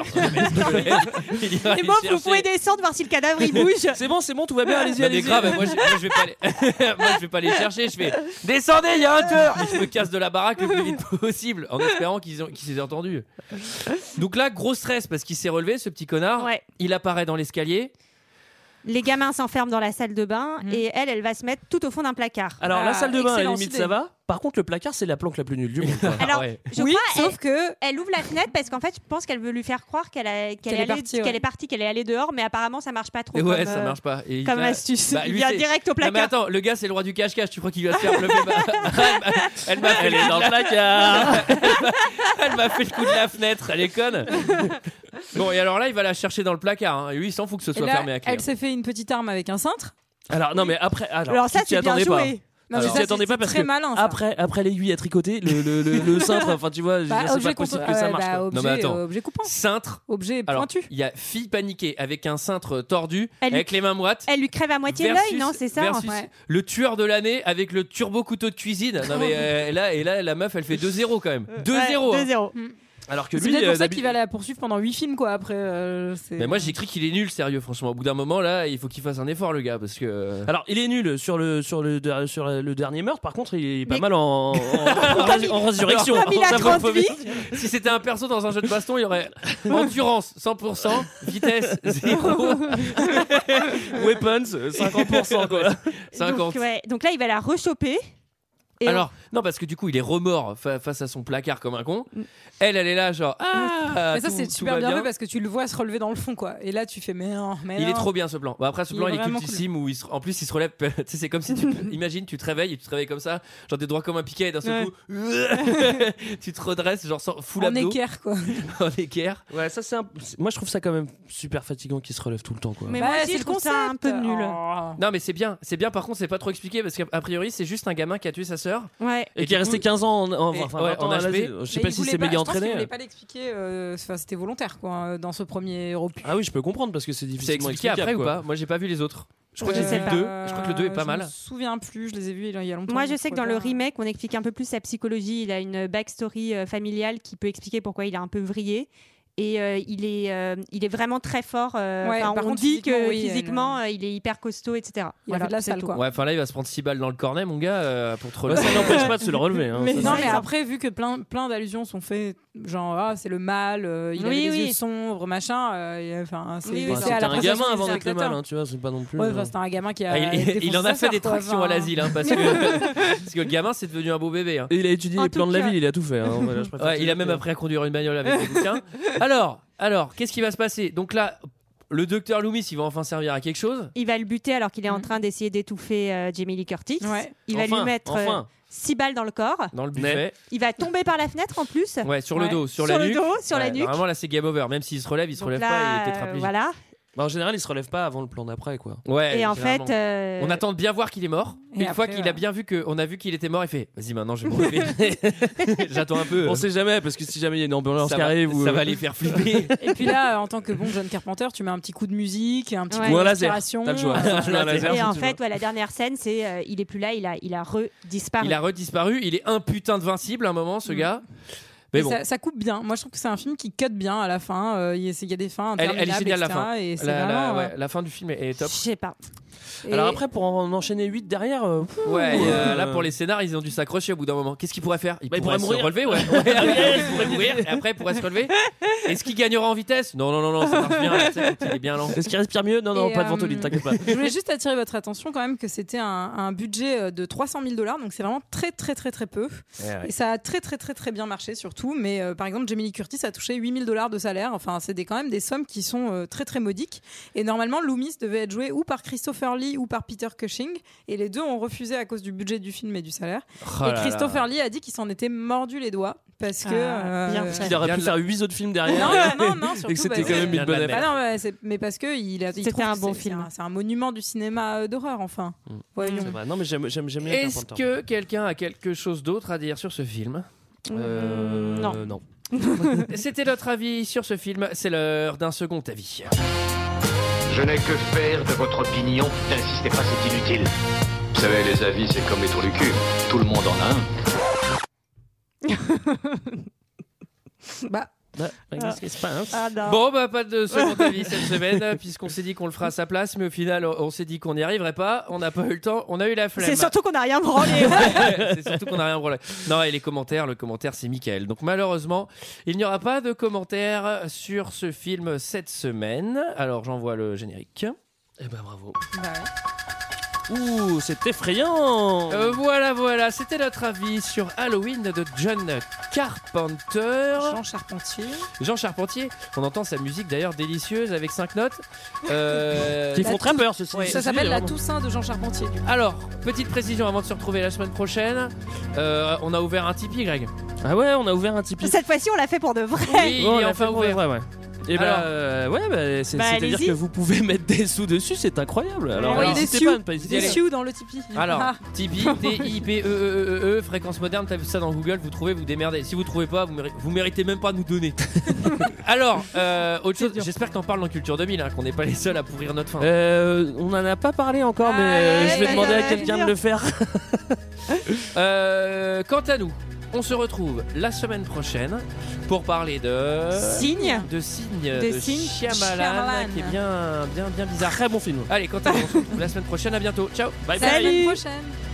Il ira Et les moi, vous chercher. pouvez descendre, voir si le cadavre il bouge. C'est bon, c'est bon, tout va bien, allez-y, Non, mais allez-y. grave, moi, je, moi, je vais pas les... moi je vais pas les chercher, je fais descendez, il y a un tueur. Et je me casse de la baraque le plus vite possible en espérant qu'ils ont- qu'ils aient entendu. Donc là, gros stress parce qu'il s'est relevé, ce petit connard. Ouais. Il apparaît dans l'escalier. Les gamins s'enferment dans la salle de bain Mhm. et elle, elle va se mettre tout au fond d'un placard. Alors, la Ah, salle de bain, à la excellente limite, idée. ça va. Par contre, le placard, c'est la planque la plus nulle du monde. quoi. Alors, ouais. je oui, crois, sauf que. elle, elle ouvre la fenêtre parce qu'en fait, je pense qu'elle veut lui faire croire qu'elle a- qu'elle Qu'elle est, est allée- partie, ouais. qu'elle est partie, qu'elle est allée dehors, mais apparemment, ça marche pas trop. Et ouais, comme, ça euh, marche pas. Et il Comme va- astuce. Bah, il lui, vient c'est- direct au Non mais placard. attends, le gars c'est le roi du cache-cache, tu crois qu'il va se faire bluffer bah, Elle m'a fait, Elle est dans le placard. elle m'a fait le coup de la fenêtre, elle est conne. Bon et alors là il va la chercher dans le placard, hein. Et lui il s'en fout que ce Et soit là, fermé à clé. elle s'est fait une petite arme avec un cintre. Alors, non, mais après. Alors, Alors ça, tu t'y c'est bien attendais pas. joué. Non, Alors, mais tu ça, t'y attendais c'est- pas c'est parce très que malin, ça. après, après l'aiguille à tricoter, le, le, le, le cintre, enfin tu vois, je veux Bah, dire, c'est objet pas possible contre- que ça ouais, marche. bah, quoi. objet, Non, mais attends. euh, objet coupant. Cintre. Objet Alors pointu. il y a fille paniquée avec un cintre tordu, Elle lui- avec les mains moites. Elle lui crève à moitié versus- l'œil, non, c'est ça versus Ouais. le tueur de l'année avec le turbo couteau de cuisine. Non mais euh, là et là la meuf elle fait deux zéro quand même. deux zéro. deux hein. zéro. Alors que C'est lui, peut-être euh, pour ça d'habi- qu'il va la poursuivre pendant huit films, quoi. Après, euh, c'est- Mais moi j'ai cru qu'il est nul sérieux franchement. Au bout d'un moment là il faut qu'il fasse un effort le gars parce que. Alors, il est nul sur le, sur le, der- sur le dernier meurtre, par contre, il est pas Mais- mal en, en, en, rés- en résurrection. Comme il a Ça, faut- trente faut- vies. Si c'était un perso dans un jeu de baston, il y aurait endurance cent pour cent, vitesse zéro, Weapons, cinquante pour cent quoi. cinquante. Donc, ouais. Donc là, il va la rechoper. Et Alors, non, parce que du coup, il est remords fa- face à son placard comme un con. Elle, elle est là, genre, ah, Mais ça, tout- c'est tout super va bien bien. fait parce que tu le vois se relever dans le fond, quoi. Et là, tu fais, mais non, mais Il non. est trop bien ce plan. Bon, après, ce Il plan, est il est vraiment cultissime où il se... en plus, il se relève. Tu sais, c'est comme si tu. Imagine, tu te réveilles et tu te réveilles comme ça, genre t'es droit comme un piquet et d'un seul Ouais. coup, tu te redresses, genre sans full En abdos. équerre, quoi. En équerre. Ouais, ça c'est un... Moi je trouve ça quand même super fatigant qu'il se relève tout le temps quoi. Mais Bah, moi aussi, c'est je le trouve ça un peu concept. nul. Oh. Non, mais c'est bien. C'est bien, par contre, c'est pas trop expliqué parce qu'a priori, c'est juste un gamin qui a tué sa sœur. Ouais. Et, Et qui est du resté coup- quinze ans en, en, Et- enfin, ouais, vingt ans en à H P. l'asile. Je sais Mais pas il si voulait c'est pas- méga je pense qu'il entraîné. voulait pas l'expliquer. euh, Enfin, c'était volontaire, quoi, hein, dans ce premier opus. Ah oui, je peux comprendre parce que c'est C'est difficilement expliqué après explicable, ou quoi. pas? Moi, j'ai pas vu les autres. Je crois que j'ai Euh, vu le deux. Je crois que le deux est pas je mal. me souviens plus, je les ai vus il y a longtemps. Moi, je donc sais que pourquoi dans le pas. remake, on explique un peu plus sa psychologie. Il a une backstory euh, familiale qui peut expliquer pourquoi il est un peu vrillé. Et euh, il, est, euh, il est vraiment très fort. euh, Ouais, enfin, par on contre, dit que physiquement, oui, physiquement, euh, il est hyper costaud, et cetera. Il a fait de la c'est salle, tout. quoi. Ouais, enfin là, il va se prendre six balles dans le cornet, mon gars, euh, pour te Bah, relever. ça n'empêche pas de se le relever. Hein, Mais ça, Non, c'est- mais après, vu que plein, plein d'allusions sont faites, genre, ah, c'est le mal, euh, il Oui, avait les oui. yeux sombres, machin, euh, et, enfin, c'est Oui, oui, c'est Enfin, c'est à c'était la un prestation gamin du avant d'être le spectateur. mal, hein, tu vois, c'est pas non plus. Ouais, euh, enfin, c'était un gamin qui a. Ah, il, défoncé il en a sa fait sœur, des quoi, tractions enfin. à l'asile, hein, parce, que, parce que le gamin, c'est devenu un beau bébé. Hein. Et il a étudié En les plans tout de la cas- ville, il a tout fait. Hein, voilà, je préfère Ouais, te il a dire même que- appris à conduire une bagnole avec des bouquins. Alors, alors, qu'est-ce qui va se passer? Donc là, le docteur Loomis, il va enfin servir à quelque chose. Il va le buter alors qu'il est en Mhm. train d'essayer d'étouffer euh, Jamie Lee Curtis. Ouais. Il va Enfin, lui mettre enfin. six balles dans le corps. Dans le buffet. Il va tomber par la fenêtre en plus. Ouais, sur le Ouais. dos, sur, Sur la le nuque. dos, sur la Ouais, nuque. Normalement, là, c'est game over. Même s'il se relève, il se Donc relève là, pas, il est euh, tétraplégique. voilà. Bah, en général, il se relève pas avant le plan d'après, quoi. Ouais, Et en généralement. fait, euh, On attend de bien voir qu'il est mort. Et Une fois après, qu'il a ouais. bien vu que, on a vu qu'il était mort, il fait vas-y maintenant je vais me relever. J'attends un peu. On sait jamais, parce que si jamais il y a une ambulance ça qui va, arrive ou. ça va les faire flipper. Et puis là, en tant que bon John Carpenter, tu mets un petit coup de musique, un petit Ouais. coup Ou de un laser. respiration. T'as le choix. euh, Tu mets un laser, et si en tu fait, veux. ouais, la dernière scène, c'est euh, il est plus là, il a, il a redisparu. Il a redisparu. Il est un putain de vincible à un moment, ce Mm. gars. Mais Et bon, ça, ça coupe bien. Moi, je trouve que c'est un film qui cut bien à la fin. Euh, Il y, a- il y a des fins elle, elle est interminables, géniale la et cetera. fin. Et c'est La, la- vraiment, ouais, euh, la fin du film est, est top. Je sais pas. et- Alors après, pour en enchaîner huit derrière. euh, pff, Ouais, et, euh, euh, là pour les scénars, ils ont dû s'accrocher au bout d'un moment. Qu'est-ce qu'il pourrait faire? Il Bah, il pourrait, pourrait se mourir. relever, ouais. Ouais, il pourrait mourir. Et après, il pourrait se relever. Est-ce qu'il gagnera en vitesse? Non, non, non, non, ça marche bien. Tu sais, quand il est bien lent. Est-ce qu'il respire mieux? Non, non, Et, pas de euh, ventoline, t'inquiète pas. Je voulais juste attirer votre attention quand même que c'était un, un budget euh, de trois cent mille dollars, donc c'est vraiment très très très très peu. Et ça a très très très très bien marché surtout. Mais euh, par exemple, Jamie Lee Curtis a touché huit mille dollars de salaire. Enfin, c'est des, quand même des sommes qui sont euh, très très modiques. Et normalement, Loomis devait être joué ou par Christopher Lee ou par Peter Cushing. Et les deux ont refusé à cause du budget du film et du salaire. Oh et là Christopher là. Lee a dit qu'il s'en était mordu les doigts parce que. Ah, bien. Parce qu'il aurait Bien pu de faire huit autres films derrière. Non, non, non, surtout, Et que c'était bah, quand même c'est- une bonne Bien de la affaire. Bah non, ouais, c'est- mais parce que il a. il C'était trouve un que bon c'est- film. C'est un, c'est un monument du cinéma euh, d'horreur, enfin. Mm. Voyons. C'est vrai. Non, mais j'aime j'aime- j'aime bien Est-ce Carpenter. que quelqu'un a quelque chose d'autre à dire sur ce film? Euh, Non. non. C'était notre avis sur ce film. C'est l'heure d'un second avis. Je n'ai que faire de votre opinion. N'insistez pas, c'est inutile. Vous savez, les avis, c'est comme les trous du cul. Tout le monde en a un. Bah, Bah, qu'est-ce qui se passe? Ah, non. Bon, bah, pas de second avis cette semaine, puisqu'on s'est dit qu'on le fera à sa place, mais au final, on s'est dit qu'on n'y arriverait pas. On n'a pas eu le temps, on a eu la flemme. C'est surtout qu'on n'a rien branlé. Ouais, c'est surtout qu'on n'a rien branlé. Non, et les commentaires, le commentaire, c'est Mickaël. Donc, malheureusement, il n'y aura pas de commentaires sur ce film cette semaine. Alors, j'envoie le générique. Eh ben bravo. bah ouais. Ouh, c'est effrayant. Euh, voilà, voilà, c'était notre avis sur Halloween de John Carpenter. Jean Charpentier. Jean Charpentier, on entend sa musique d'ailleurs délicieuse avec cinq notes. Euh, Qui La font très Tou- peur, ceci. Ça ceci, s'appelle La vraiment. Toussaint de Jean Charpentier. Du coup. Alors, petite précision avant de se retrouver la semaine prochaine. Euh, on a ouvert un Tipeee, Greg. Ah ouais, on a ouvert un Tipeee. Cette fois-ci, on l'a fait pour de vrai. Oui, il Oh, on est l'a enfin fait pour ouvert. de vrai, ouais. Et Alors, bah, euh, ouais, bah, c'est, bah, c'est-à-dire allez-y. que vous pouvez mettre des sous dessus, c'est incroyable. Alors, Envoyez des n'hésitez sioux. pas à ne pas hésiter. Des sioux dans le Tipeee. Alors, Ah. Tipeee, T I P E E E E, fréquence moderne, tapez ça dans Google, vous trouvez, vous démerdez. Si vous trouvez pas, vous, méri- vous méritez même pas de nous donner. Alors, euh, autre chose, j'espère qu'on parle dans Culture deux mille, hein, qu'on n'est pas les seuls à pourrir notre fin. Euh, on en a pas parlé encore, mais euh, ouais, je vais ouais, demander ouais, à quelqu'un ouais. de le faire. Euh, quant à nous, on se retrouve la semaine prochaine pour parler de Signe. de Signe De de, Signe. Shyamalan, Shyamalan. qui est bien bien bien bizarre. Très bon film. Allez, quant à nous, on se retrouve la semaine prochaine, à bientôt. Ciao. Bye À la bye. semaine prochaine.